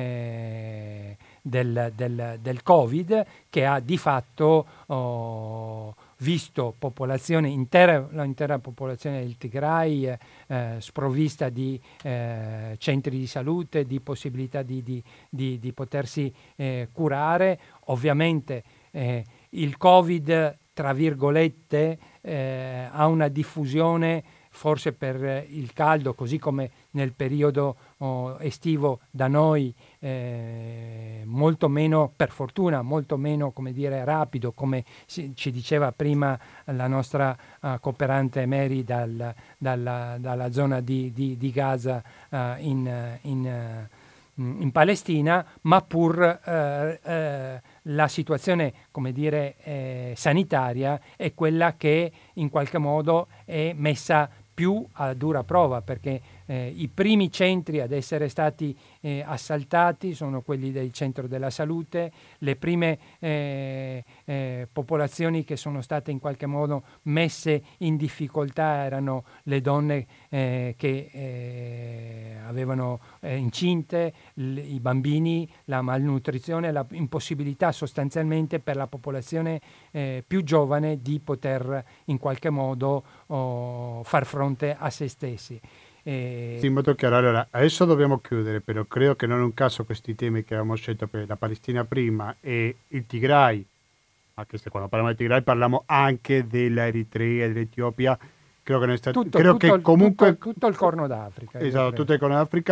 eh, del, del, del Covid, che ha di fatto oh, visto popolazione intera, l'intera popolazione del Tigray eh, sprovvista di eh, centri di salute, di possibilità di, di, di, di potersi eh, curare. Ovviamente eh, il Covid, tra virgolette, eh, ha una diffusione forse per il caldo, così come nel periodo oh, estivo da noi, eh, molto meno, per fortuna, molto meno, come dire, rapido, come si, ci diceva prima la nostra uh, cooperante Mary dal, dalla, dalla zona di, di, di Gaza uh, in, in, uh, in Palestina, ma pur eh, eh, la situazione, come dire, eh, sanitaria è quella che in qualche modo è messa più a dura prova, perché eh, i primi centri ad essere stati eh, assaltati sono quelli del centro della salute, le prime eh, eh, popolazioni che sono state in qualche modo messe in difficoltà erano le donne eh, che eh, avevano eh, incinte, l- i bambini, la malnutrizione, la impossibilità sostanzialmente per la popolazione eh, più giovane di poter in qualche modo oh, far fronte a se stessi. Eh... Sì, molto chiaro. Allora, adesso dobbiamo chiudere, però credo che non è un caso questi temi che abbiamo scelto per la Palestina prima e il Tigray, anche se quando parliamo di Tigray parliamo anche dell'Eritrea e dell'Etiopia. Credo che, non è stato, tutto, credo tutto, che il, comunque tutto, tutto il Corno d'Africa. Esatto, tutto il Corno d'Africa.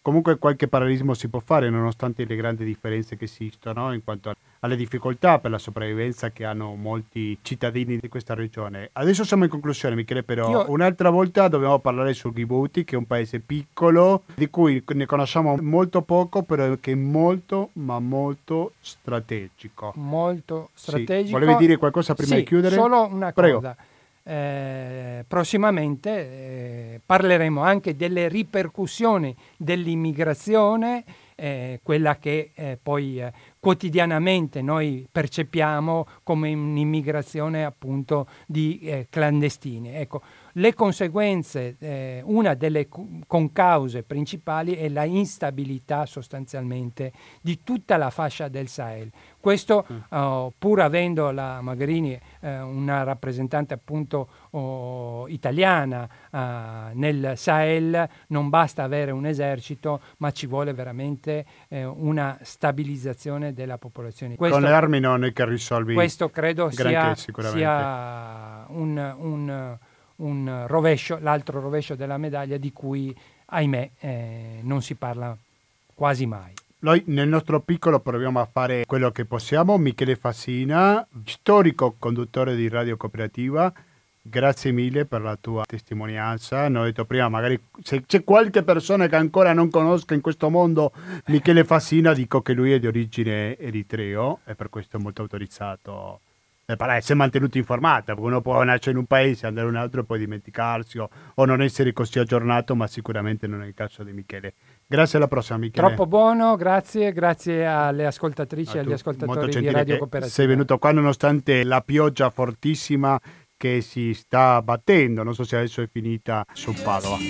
comunque qualche parallelismo si può fare nonostante le grandi differenze che esistono in quanto alle difficoltà per la sopravvivenza che hanno molti cittadini di questa regione. Adesso siamo in conclusione, Michele, però Io... un'altra volta dobbiamo parlare su Djibouti, che è un paese piccolo di cui ne conosciamo molto poco, però che è molto ma molto strategico. Molto strategico. Sì. Volevi dire qualcosa prima sì, di chiudere? Solo una Prego. cosa. Eh, prossimamente eh, parleremo anche delle ripercussioni dell'immigrazione, eh, quella che eh, poi eh, quotidianamente noi percepiamo come un'immigrazione appunto di eh, clandestini. Ecco, le conseguenze, eh, una delle concause principali è la instabilità sostanzialmente di tutta la fascia del Sahel. Questo uh, pur avendo la Mogherini eh, una rappresentante appunto oh, italiana uh, nel Sahel, non basta avere un esercito, ma ci vuole veramente eh, una stabilizzazione della popolazione. Questo, con le armi non è che risolvi questo credo sia, sicuramente. sia un, un, un rovescio, l'altro rovescio della medaglia di cui ahimè eh, non si parla quasi mai. Noi nel nostro piccolo proviamo a fare quello che possiamo. Michele Fassina, storico conduttore di Radio Cooperativa, grazie mille per la tua testimonianza. Ne ho detto prima, magari se c'è qualche persona che ancora non conosca in questo mondo Michele Fassina, dico che lui è di origine eritreo e per questo è molto autorizzato per parlare. Si è mantenuto informato, perché uno può nascere in un paese, andare in un altro e poi dimenticarsi o, o non essere così aggiornato, ma sicuramente non è il caso di Michele. Grazie, alla prossima, Michele. Troppo buono, grazie, grazie alle ascoltatrici e agli ascoltatori di Radio Cooperativa. Sei venuto qua nonostante la pioggia fortissima che si sta battendo, non so se adesso è finita su Padova.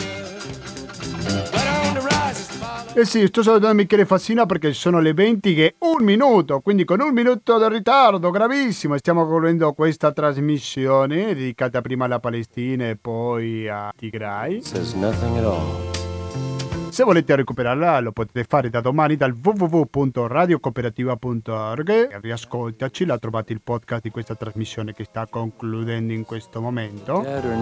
Eh sì, sto salutando Michele Fassina perché sono le venti che un minuto, quindi con un minuto di ritardo, gravissimo, stiamo concludendo questa trasmissione dedicata prima alla Palestina e poi a Tigray. Says nothing at all. Se volete recuperarla lo potete fare da domani dal w w w punto radio cooperativa punto org. Riascoltaci, la trovate il podcast di questa trasmissione che sta concludendo in questo momento.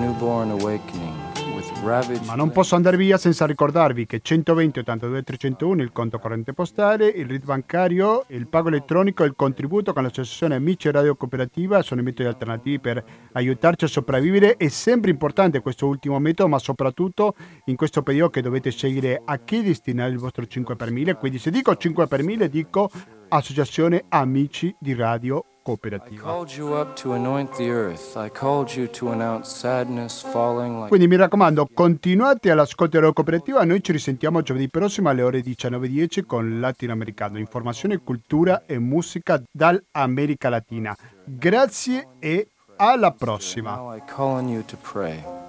Ma non posso andare via senza ricordarvi che centoventi ottantadue trecentouno il conto corrente postale, il R I D bancario, il pago elettronico e il contributo con l'associazione Amici Radio Cooperativa sono i metodi alternativi per aiutarci a sopravvivere. È sempre importante questo ultimo metodo, ma soprattutto in questo periodo che dovete scegliere a chi destinare il vostro cinque per mille. Quindi se dico cinque per mille dico Associazione Amici di Radio Cooperativa. Quindi mi raccomando, continuate all'ascolto di Radio Cooperativa. Noi ci risentiamo giovedì prossimo alle ore diciannove e dieci con Latinoamericano, informazione, cultura e musica dall'America Latina. Grazie e alla prossima.